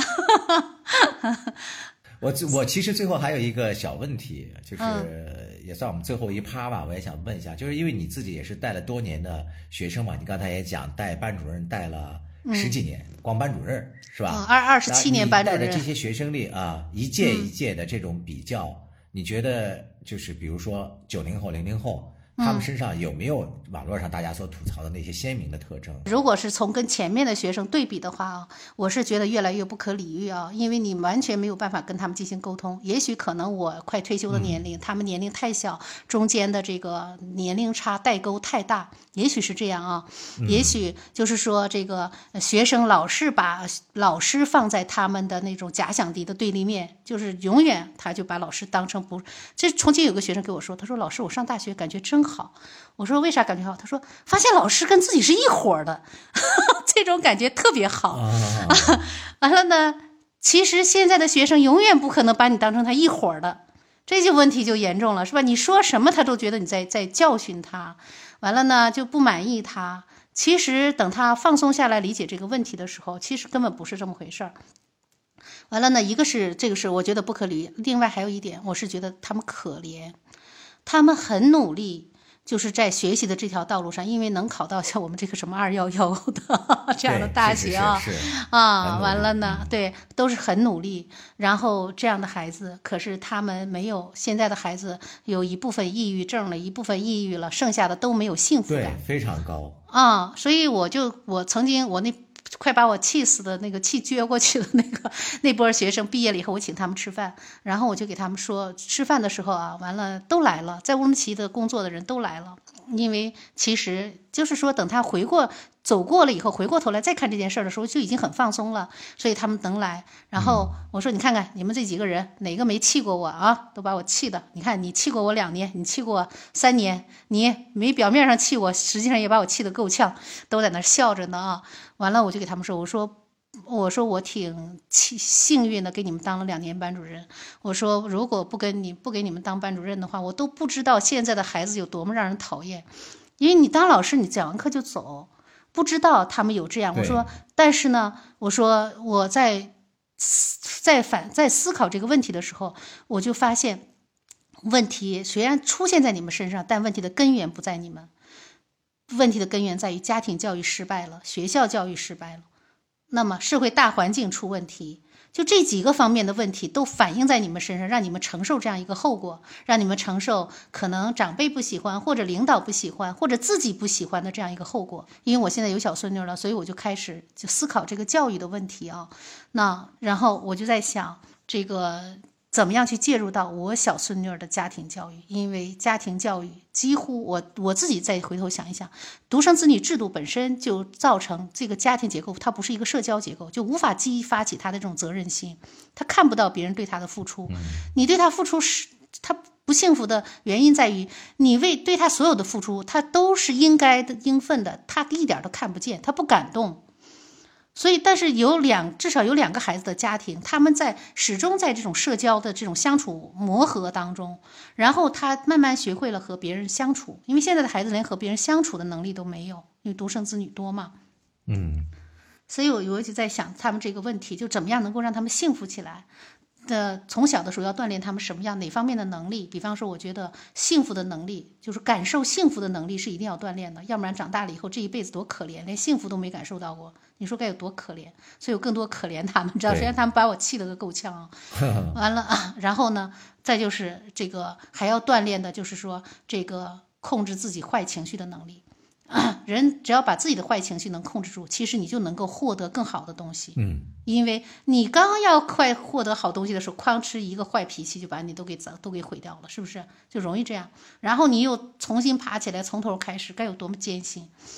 我我其实最后还有一个小问题，就是嗯也算我们最后一趴吧，我也想问一下，就是因为你自己也是带了多年的学生嘛，你刚才也讲带班主任带了十几年，光班主任是吧？ 嗯，二二十七年班主任。 带的这些学生里啊，一届一届的这种比较，嗯、你觉得就是比如说九零后、零零后。他们身上有没有网络上大家所吐槽的那些鲜明的特征？ 如果是从跟前面的学生对比的话啊，我是觉得越来越不可理喻啊，因为你完全没有办法跟他们进行沟通。也许可能我快退休的年龄，嗯、他们年龄太小，中间的这个年龄差代沟太大，也许是这样啊。嗯、也许就是说，这个学生老是把老师放在他们的那种假想敌的对立面，就是永远他就把老师当成不。这重庆有个学生跟我说，他说：“老师，我上大学感觉真好。”好，我说为啥感觉好？他说发现老师跟自己是一伙的，这种感觉特别好。啊、完了呢，其实现在的学生永远不可能把你当成他一伙的，这就问题就严重了，是吧？你说什么他都觉得你在在教训他，完了呢就不满意他。其实等他放松下来理解这个问题的时候，其实根本不是这么回事儿。完了呢，一个是这个是我觉得不可理，另外还有一点，我是觉得他们可怜，他们很努力。就是在学习的这条道路上，因为能考到像我们这个什么二幺幺的这样的大学啊， 是是是是啊，完了呢，对，都是很努力。然后这样的孩子，可是他们没有现在的孩子有一部分抑郁症了，一部分抑郁了，剩下的都没有幸福感， 对，非常高啊。所以我就我曾经我那。快把我气死的那个气撅过去的那个那波学生毕业了以后，我请他们吃饭，然后我就给他们说，吃饭的时候啊，完了都来了，在乌鲁木齐的工作的人都来了，因为其实就是说等他回过走过了以后，回过头来再看这件事的时候，就已经很放松了，所以他们能来。然后我说，你看看你们这几个人哪个没气过我啊？都把我气的，你看你气过我两年，你气过我三年，你没表面上气我，实际上也把我气得够呛，都在那笑着呢啊。完了我就给他们说，我说我说我挺幸运的，给你们当了两年班主任。我说如果不跟你不给你们当班主任的话，我都不知道现在的孩子有多么让人讨厌。因为你当老师，你讲完课就走，不知道他们有这样。我说，但是呢，我说我在在反在思考这个问题的时候，我就发现问题虽然出现在你们身上，但问题的根源不在你们。问题的根源在于家庭教育失败了，学校教育失败了，那么社会大环境出问题，就这几个方面的问题都反映在你们身上，让你们承受这样一个后果，让你们承受可能长辈不喜欢，或者领导不喜欢，或者自己不喜欢的这样一个后果。因为我现在有小孙女了，所以我就开始就思考这个教育的问题啊。那然后我就在想，这个怎么样去介入到我小孙女的家庭教育？因为家庭教育几乎我我自己再回头想一想，独生子女制度本身就造成这个家庭结构，它不是一个社交结构，就无法激发起他的这种责任心，他看不到别人对他的付出，嗯、你对他付出是他不幸福的原因在于，你为对他所有的付出，他都是应该的应分的，他一点都看不见，他不感动。所以，但是有两，至少有两个孩子的家庭，他们在始终在这种社交的这种相处磨合当中，然后他慢慢学会了和别人相处。因为现在的孩子连和别人相处的能力都没有，因为独生子女多嘛。 嗯， 所以我我就在想他们这个问题，就怎么样能够让他们幸福起来。的从小的时候要锻炼他们什么样哪方面的能力，比方说我觉得幸福的能力，就是感受幸福的能力是一定要锻炼的，要不然长大了以后这一辈子多可怜，连幸福都没感受到过，你说该有多可怜。所以有更多可怜他们，知道虽然他们把我气得个够呛啊。完了啊，然后呢再就是这个还要锻炼的就是说这个控制自己坏情绪的能力。人只要把自己的坏情绪能控制住，其实你就能够获得更好的东西。 嗯， 因为你刚要快获得好东西的时候，哐吃一个坏脾气就把你都给都给毁掉了，是不是？就容易这样。然后你又重新爬起来，从头开始，该有多么艰辛。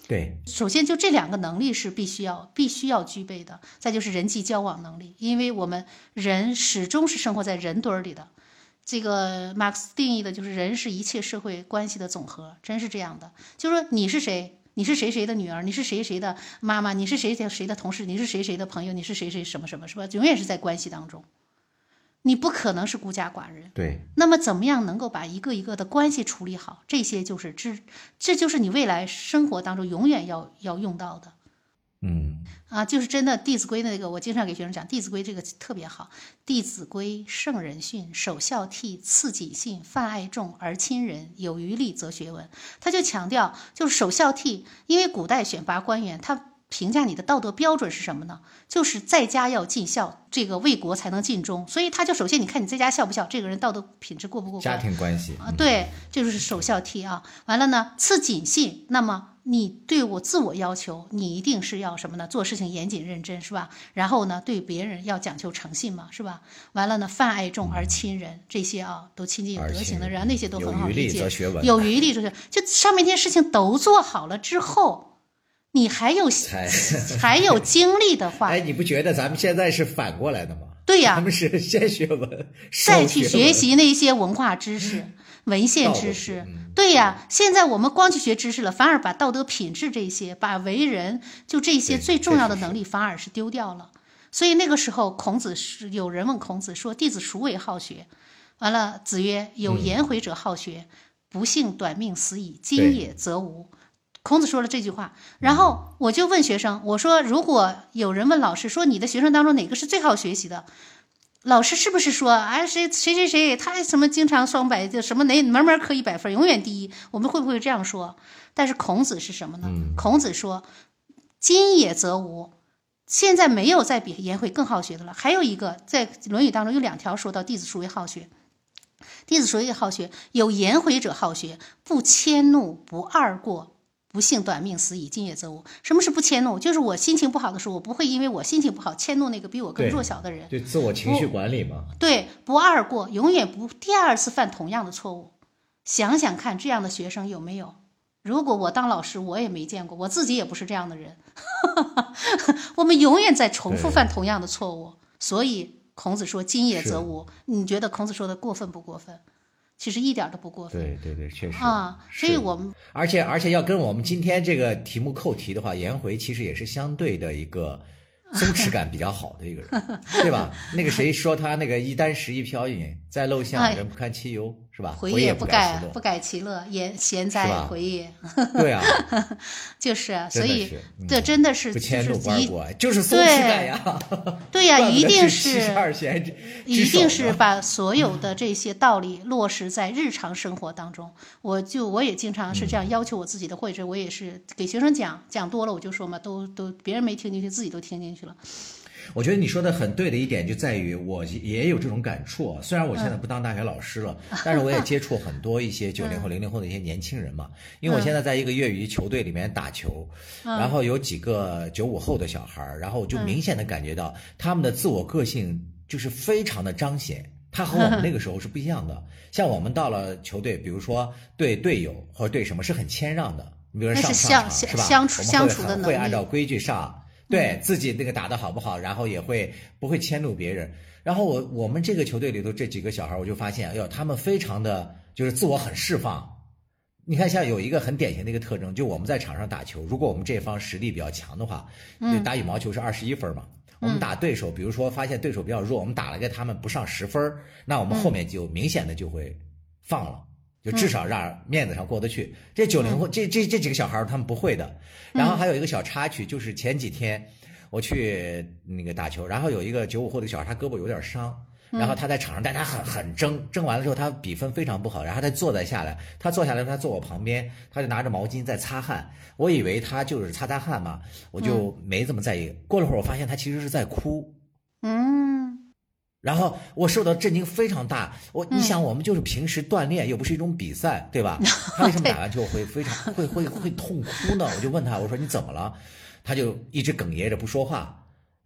对， 首先就这两个能力是必须要必须要具备的，再就是人际交往能力，因为我们人始终是生活在人堆里的。这个马克思定义的就是人是一切社会关系的总和，真是这样的。就是说你是谁，你是谁谁的女儿，你是谁谁的妈妈，你是谁谁的同事，你是谁谁的朋友，你是谁谁什么什么，是吧？永远是在关系当中，你不可能是孤家寡人。 对， 那么怎么样能够把一个一个的关系处理好？这些就是这这就是你未来生活当中永远要要用到的。 嗯啊，就是真的《弟子规》那个，我经常给学生讲，《弟子规》这个特别好。弟子规，圣人训，首孝悌，次谨信，泛爱众而亲仁，有余力则学文。他就强调，就是首孝悌，因为古代选拔官员，他评价你的道德标准是什么呢？就是在家要尽孝，这个为国才能尽忠。所以他就首先你看你在家孝不孝，这个人道德品质过不过关？ 家庭关系啊，对，这就是首孝悌啊。完了呢，次谨信，那么你对我自我要求，你一定是要什么呢？做事情严谨认真，是吧？然后呢，对别人要讲究诚信嘛，是吧？完了呢，泛爱众而亲仁，这些啊，都亲近有德行的人，那些都很好理解。 有余力则学文， 有余力则学，就上面这些事情都做好了之后，你还有还有精力的话， 哎，你不觉得咱们现在是反过来的吗？ 对呀， 咱们是先学文， 再去学习那些文化知识、文献知识。对呀，现在我们光去学知识了，反而把道德品质这些、把为人就这些最重要的能力反而是丢掉了。所以那个时候，孔子是有人问孔子说：“弟子孰为好学？”完了，子曰：“有颜回者好学，不幸短命死矣。今也则无。”孔子说了这句话，然后我就问学生，我说如果有人问老师说你的学生当中哪个是最好学习的，老师是不是说哎谁谁谁谁他什么经常双百就什么哪门门课一百分永远第一，我们会不会这样说？但是孔子是什么呢？嗯、孔子说今也则无，现在没有再比颜回更好学的了。还有一个在《论语》当中有两条说到弟子孰为好学，弟子孰为好学，有颜回者好学，不迁怒，不贰过，不幸短命死矣，今也则无。什么是不迁怒？就是我心情不好的时候，我不会因为我心情不好迁怒那个比我更弱小的人。 对，对自我情绪管理嘛。 对，不贰过，永远不第二次犯同样的错误。想想看，这样的学生有没有？如果我当老师，我也没见过，我自己也不是这样的人。我们永远在重复犯同样的错误。所以孔子说今也则无，你觉得孔子说的过分不过分？其实一点都不过分。 对对对，确实啊，所以我们而且而且要跟我们今天这个题目扣题的话，颜回其实也是相对的一个松弛感比较好的一个人，对吧？那个谁说他那个一箪食一瓢饮，在陋巷人不堪其忧，是吧？ 回也不改不改其乐，也贤哉回也。 对啊， 就是啊，所以嗯、 这真的是不迁怒不贰过， 就是就是松弛感呀。 对呀、啊，一定是七十二贤之一定是把所有的这些道理落实在日常生活当中。我就我也经常是这样要求我自己的，或者我也是给学生讲，讲多了我就说嘛，都都别人没听进去，自己都听进去了。 我觉得你说的很对的一点就在于，我也有这种感触啊。虽然我现在不当大学老师了，嗯、但是我也接触很多一些九零后、零零后的一些年轻人嘛。因为我现在在一个业余球队里面打球，嗯、然后有几个九五后的小孩，然后我就明显的感觉到他们的自我个性就是非常的彰显。他和我们那个时候是不一样的。像我们到了球队，比如说对队友或者对什么是很谦让的，比如说上上场是吧？ 相处相处的能力会按照规矩上。对自己那个打得好不好，然后也会不会迁怒别人。然后我我们这个球队里头这几个小孩，我就发现，哎呦，他们非常的就是自我很释放。你看，像有一个很典型的一个特征，就我们在场上打球，如果我们这方实力比较强的话，就打羽毛球是二十一分嘛。嗯、我们打对手，比如说发现对手比较弱，我们打了个他们不上十分，那我们后面就明显的就会放了。就至少让面子上过得去。嗯、这九零后，这这这几个小孩他们不会的。然后还有一个小插曲，就是前几天我去那个打球，然后有一个九五后的小孩，他胳膊有点伤，然后他在场上，但他很很争，争完了之后他比分非常不好，然后他坐在下来，他坐下来，他坐我旁边，他就拿着毛巾在擦汗，我以为他就是擦擦汗嘛，我就没怎么在意。过了会儿，我发现他其实是在哭。嗯。然后我受到震惊非常大，我你想我们就是平时锻炼，又不是一种比赛，对吧？他为什么打完之后会非常会会会痛哭呢？我就问他，我说你怎么了？他就一直哽咽着不说话。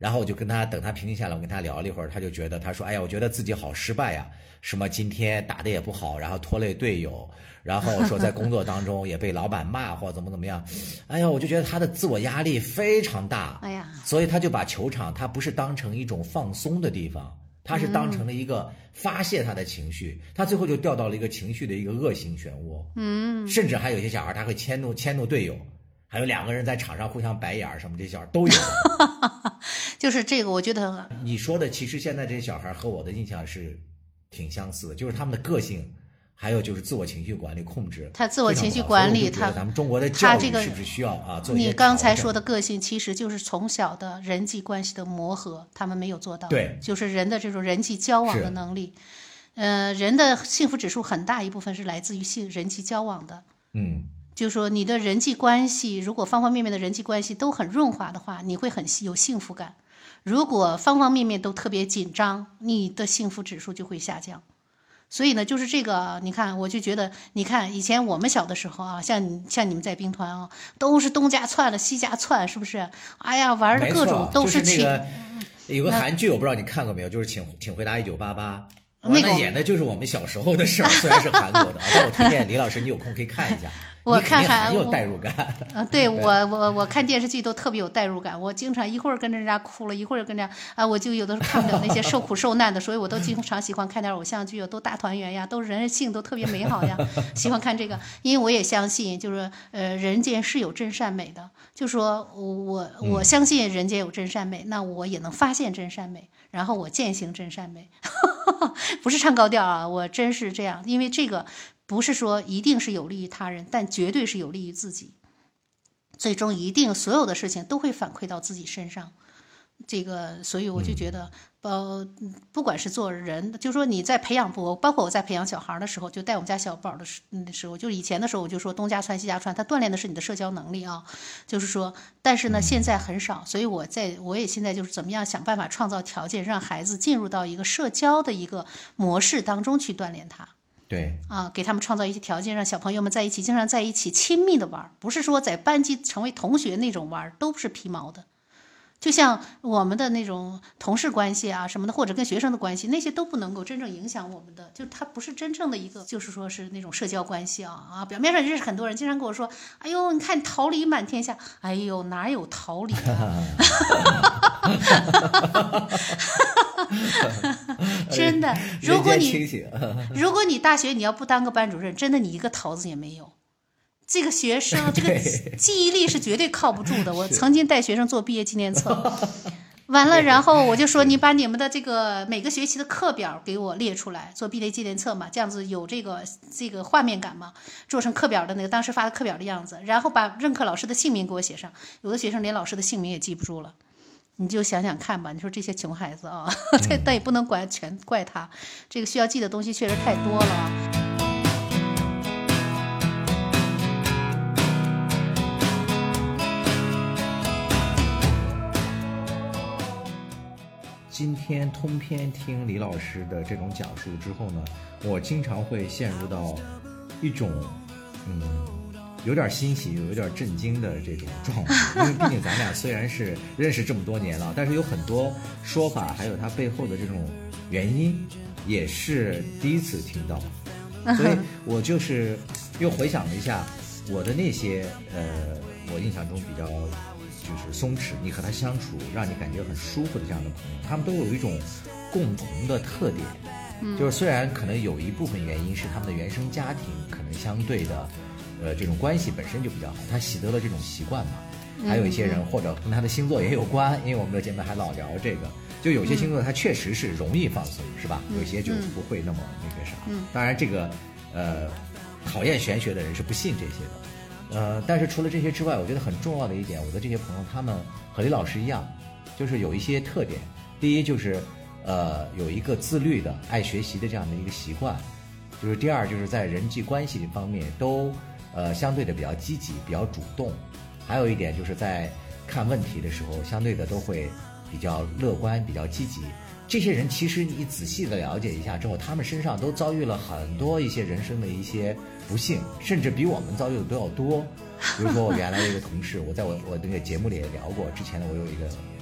然后我就跟他等他平静下来，我跟他聊了一会儿，他就觉得他说，哎呀，我觉得自己好失败呀，什么今天打得也不好，然后拖累队友，然后说在工作当中也被老板骂或怎么怎么样，哎呀，我就觉得他的自我压力非常大， 哎呀， 所以他就把球场他不是当成一种放松的地方，他是当成了一个发泄他的情绪，嗯、他最后就掉到了一个情绪的一个恶性漩涡，嗯，甚至还有一些小孩他会迁怒迁怒队友。还有两个人在场上互相白眼什么，这些小孩都有。 就是这个，我觉得你说的，其实现在这些小孩和我的印象是挺相似的，就是他们的个性，还有就是自我情绪管理控制。 他自我情绪管理，他咱们中国的教育是不是需要啊？做一些你刚才说的个性，其实就是从小的人际关系的磨合，他们没有做到。 对， 就是人的这种人际交往的能力。呃，人的幸福指数很大一部分是来自于性人际交往的。 嗯。 就是说你的人际关系，如果方方面面的人际关系都很润滑的话，你会很有幸福感。如果方方面面都特别紧张，你的幸福指数就会下降。所以呢，就是这个，你看，我就觉得，你看以前我们小的时候啊，像你像你们在兵团啊，都是东家窜了西家窜，是不是？哎呀，玩的各种都是请。 就是那个有个韩剧，我不知道你看过没有，就是请请回答一九八八。那个演的就是我们小时候的事儿，虽然是韩国的，但我推荐李老师，你有空可以看一下。 我看韩很有代入感。 啊，对我我我看电视剧都特别有代入感，我经常一会儿跟着人家哭了，一会儿跟着啊，我就有的时候看不了那些受苦受难的，所以我都经常喜欢看点偶像剧，都大团圆呀，都人性都特别美好呀，喜欢看这个，因为我也相信，就是呃，人间是有真善美的，就说我我相信人间有真善美，嗯、那我也能发现真善美，然后我践行真善美，不是唱高调啊，我真是这样，因为这个。不是说一定是有利于他人，但绝对是有利于自己。最终一定所有的事情都会反馈到自己身上。这个，所以我就觉得，呃，不管是做人，就说你在培养我，包括我在培养小孩的时候，就带我们家小宝的时候，就以前的时候，我就说东家窜西家窜，他锻炼的是你的社交能力啊。就是说，但是呢，现在很少，所以我在我也现在就是怎么样想办法创造条件，让孩子进入到一个社交的一个模式当中去锻炼他。 对啊，给他们创造一些条件，让小朋友们在一起，经常在一起亲密的玩，不是说在班级成为同学那种玩，都是皮毛的。就像我们的那种同事关系啊什么的，或者跟学生的关系，那些都不能够真正影响我们的，就它不是真正的一个，就是说是那种社交关系啊啊！表面上认识很多人，经常跟我说：“哎呦，你看桃李满天下。”哎呦，哪有桃李啊？真的，如果你如果你大学你要不当个班主任，真的你一个桃子也没有。这个学生这个记忆力是绝对靠不住的。我曾经带学生做毕业纪念册，完了，然后我就说你把你们的这个每个学期的课表给我列出来，做毕业纪念册嘛，这样子有这个这个画面感嘛，做成课表的那个当时发的课表的样子，然后把任课老师的姓名给我写上。有的学生连老师的姓名也记不住了。你就想想看吧，你说这些穷孩子啊，这但也不能怪全怪他，这个需要记的东西确实太多了啊。 今天通篇听李老师的这种讲述之后呢，我经常会陷入到一种嗯有点欣喜有点震惊的这种状态，因为毕竟咱俩虽然是认识这么多年了，但是有很多说法还有它背后的这种原因也是第一次听到，所以我就是又回想了一下我的那些呃我印象中比较就是松弛，你和他相处让你感觉很舒服的这样的朋友，他们都有一种共同的特点，嗯、就是虽然可能有一部分原因是他们的原生家庭可能相对的呃这种关系本身就比较好，他习得了这种习惯嘛，还有一些人或者跟他的星座也有关，因为我们的节目还老聊这个，就有些星座他确实是容易放松，是吧？有些就不会那么那个啥。当然这个呃讨厌玄学的人是不信这些的。呃，但是除了这些之外，我觉得很重要的一点，我的这些朋友他们和李老师一样，就是有一些特点。第一就是呃有一个自律的爱学习的这样的一个习惯，就是第二就是在人际关系方面都呃相对的比较积极比较主动，还有一点就是在看问题的时候相对的都会比较乐观比较积极。这些人其实你仔细的了解一下之后，他们身上都遭遇了很多一些人生的一些不幸，甚至比我们遭遇的都要多。比如说我原来的一个同事，我在我我那个节目里也聊过，之前的我有一个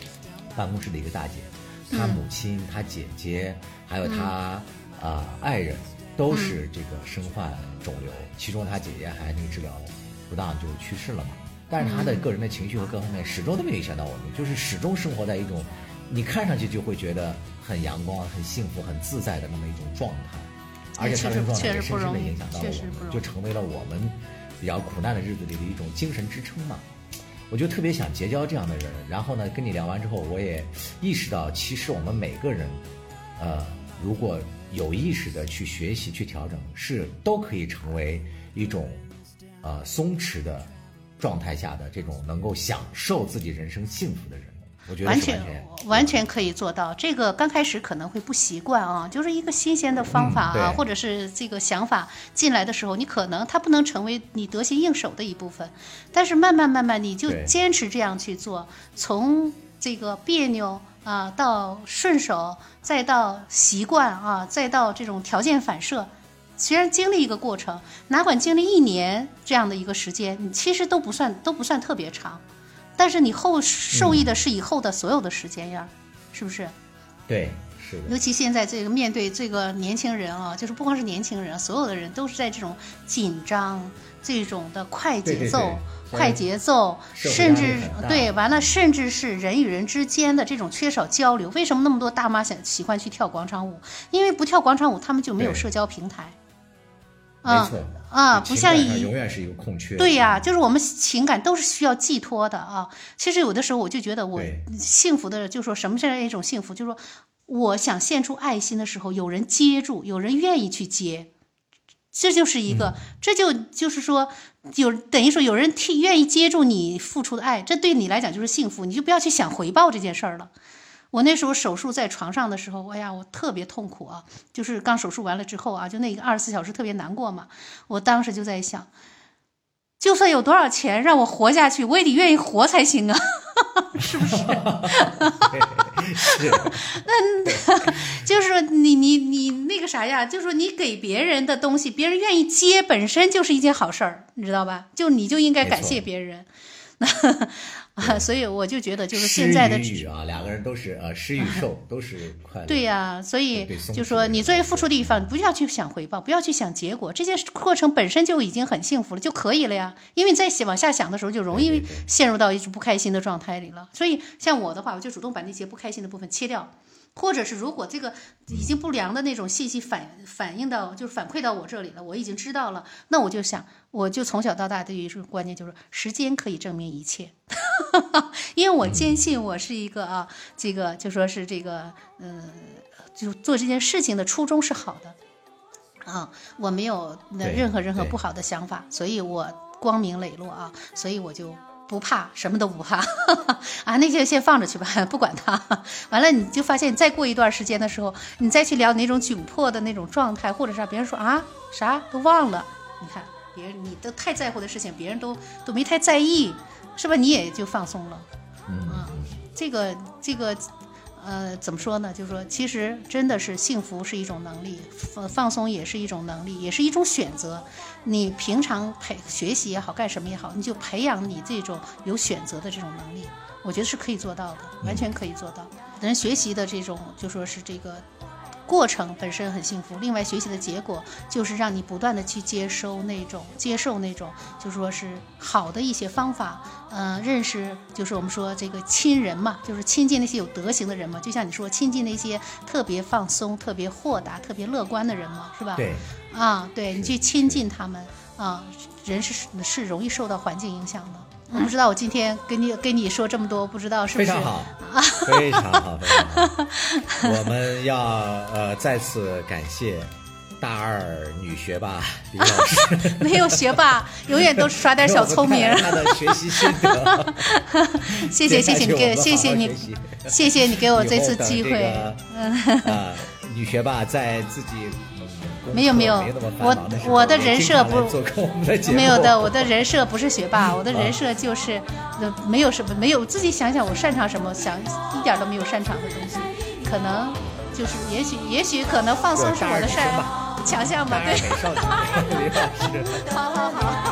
办公室的一个大姐，她母亲、嗯、她姐姐还有她啊、嗯呃、爱人都是这个身患肿瘤、嗯、其中她姐姐还那个治疗不当就去世了嘛。但是她的个人的情绪和各方面始终都没有影响到我们，就是始终生活在一种你看上去就会觉得很阳光很幸福很自在的那么一种状态，而且她的状态也深深的影响到了我们，就成为了我们比较苦难的日子里的一种精神支撑嘛。我就特别想结交这样的人，然后呢跟你聊完之后我也意识到其实我们每个人呃，如果有意识的去学习去调整，是都可以成为一种呃松弛的状态下的这种能够享受自己人生幸福的人，我觉得完全完全可以做到。这个刚开始可能会不习惯啊，就是一个新鲜的方法啊、嗯，或者是这个想法进来的时候，你可能它不能成为你得心应手的一部分，但是慢慢慢慢你就坚持这样去做，从这个别扭啊到顺手，再到习惯啊，再到这种条件反射。虽然经历一个过程，哪管经历一年这样的一个时间，你其实都不算都不算特别长。但是你后受益的是以后的所有的时间呀、嗯、是不是？ 对，是的。 尤其现在这个面对这个年轻人啊，就是不光是年轻人，所有的人都是在这种紧张这种的快节奏对对对快节奏，甚至对完了甚至是人与人之间的这种缺少交流。为什么那么多大妈想喜欢去跳广场舞？因为不跳广场舞他们就没有社交平台。 没错啊，不像以永远是一个空缺。 对呀、啊，就是我们情感都是需要寄托的啊。其实有的时候我就觉得我幸福的，就说什么是一种幸福，就是说我想献出爱心的时候，有人接住，有人愿意去接，这就是一个，嗯、这就就是说有等于说有人替愿意接住你付出的爱，这对你来讲就是幸福，你就不要去想回报这件事儿了。我那时候手术在床上的时候，哎呀，我特别痛苦啊！就是刚手术完了之后啊，就那个二十四小时特别难过嘛。我当时就在想，就算有多少钱让我活下去，我也得愿意活才行啊，是不是？ 是。 那就是说你你你那个啥呀，就是说你给别人的东西，别人愿意接，本身就是一件好事儿，你知道吧？就你就应该感谢别人。啊，所以我就觉得就是现在的施与啊，两个人都是呃施与受都是快乐。 对呀、啊，所以就说你作为付出的一方，不要去想回报，不要去想结果，这件过程本身就已经很幸福了，就可以了呀。因为你再往下想的时候，就容易陷入到一种不开心的状态里了。所以像我的话，我就主动把那些不开心的部分切掉。或者是如果这个已经不良的那种信息反反映到就是反馈到我这里了，我已经知道了，那我就想，我就从小到大对于这个观念就是时间可以证明一切，因为我坚信我是一个啊，这个就说是这个嗯、呃，就做这件事情的初衷是好的啊，我没有任何任何不好的想法，所以我光明磊落啊，所以我就。不怕，什么都不怕啊，那就先放着去吧，不管它。完了，你就发现，再过一段时间的时候，你再去聊那种窘迫的那种状态，或者是别人说啊啥都忘了，你看别人你都太在乎的事情，别人都都没太在意，是吧？你也就放松了。 嗯， 啊、这个这个。呃，怎么说呢？就是说，其实真的是幸福是一种能力，放放松也是一种能力，也是一种选择。你平常培学习也好，干什么也好，你就培养你这种有选择的这种能力，我觉得是可以做到的，完全可以做到。人学习的这种，就说是这个过程本身很幸福，另外学习的结果就是让你不断的去接收那种接受那种就说是好的一些方法，呃，认识就是我们说这个亲人嘛，就是亲近那些有德行的人嘛，就像你说亲近那些特别放松、特别豁达、特别乐观的人嘛，是吧？ 对， 啊，对你去亲近他们啊，人是是容易受到环境影响的。我不知道我今天跟你跟你说这么多，不知道是不是非常好，非常好，非常好。我们要呃再次感谢大二女学霸李老师。 没有学霸，永远都耍点小聪明。 他的学习心得。 谢谢谢谢你给谢谢你谢谢你给我这次机会。 嗯、呃，女学霸在自己。 没有没有，我我的人设不没有的，我的人设不是学霸，我的人设就是没有什么没有自己想想我擅长什么，想一点都没有擅长的东西，可能就是也许也许可能放松是我的擅强项吧，对。 好好好。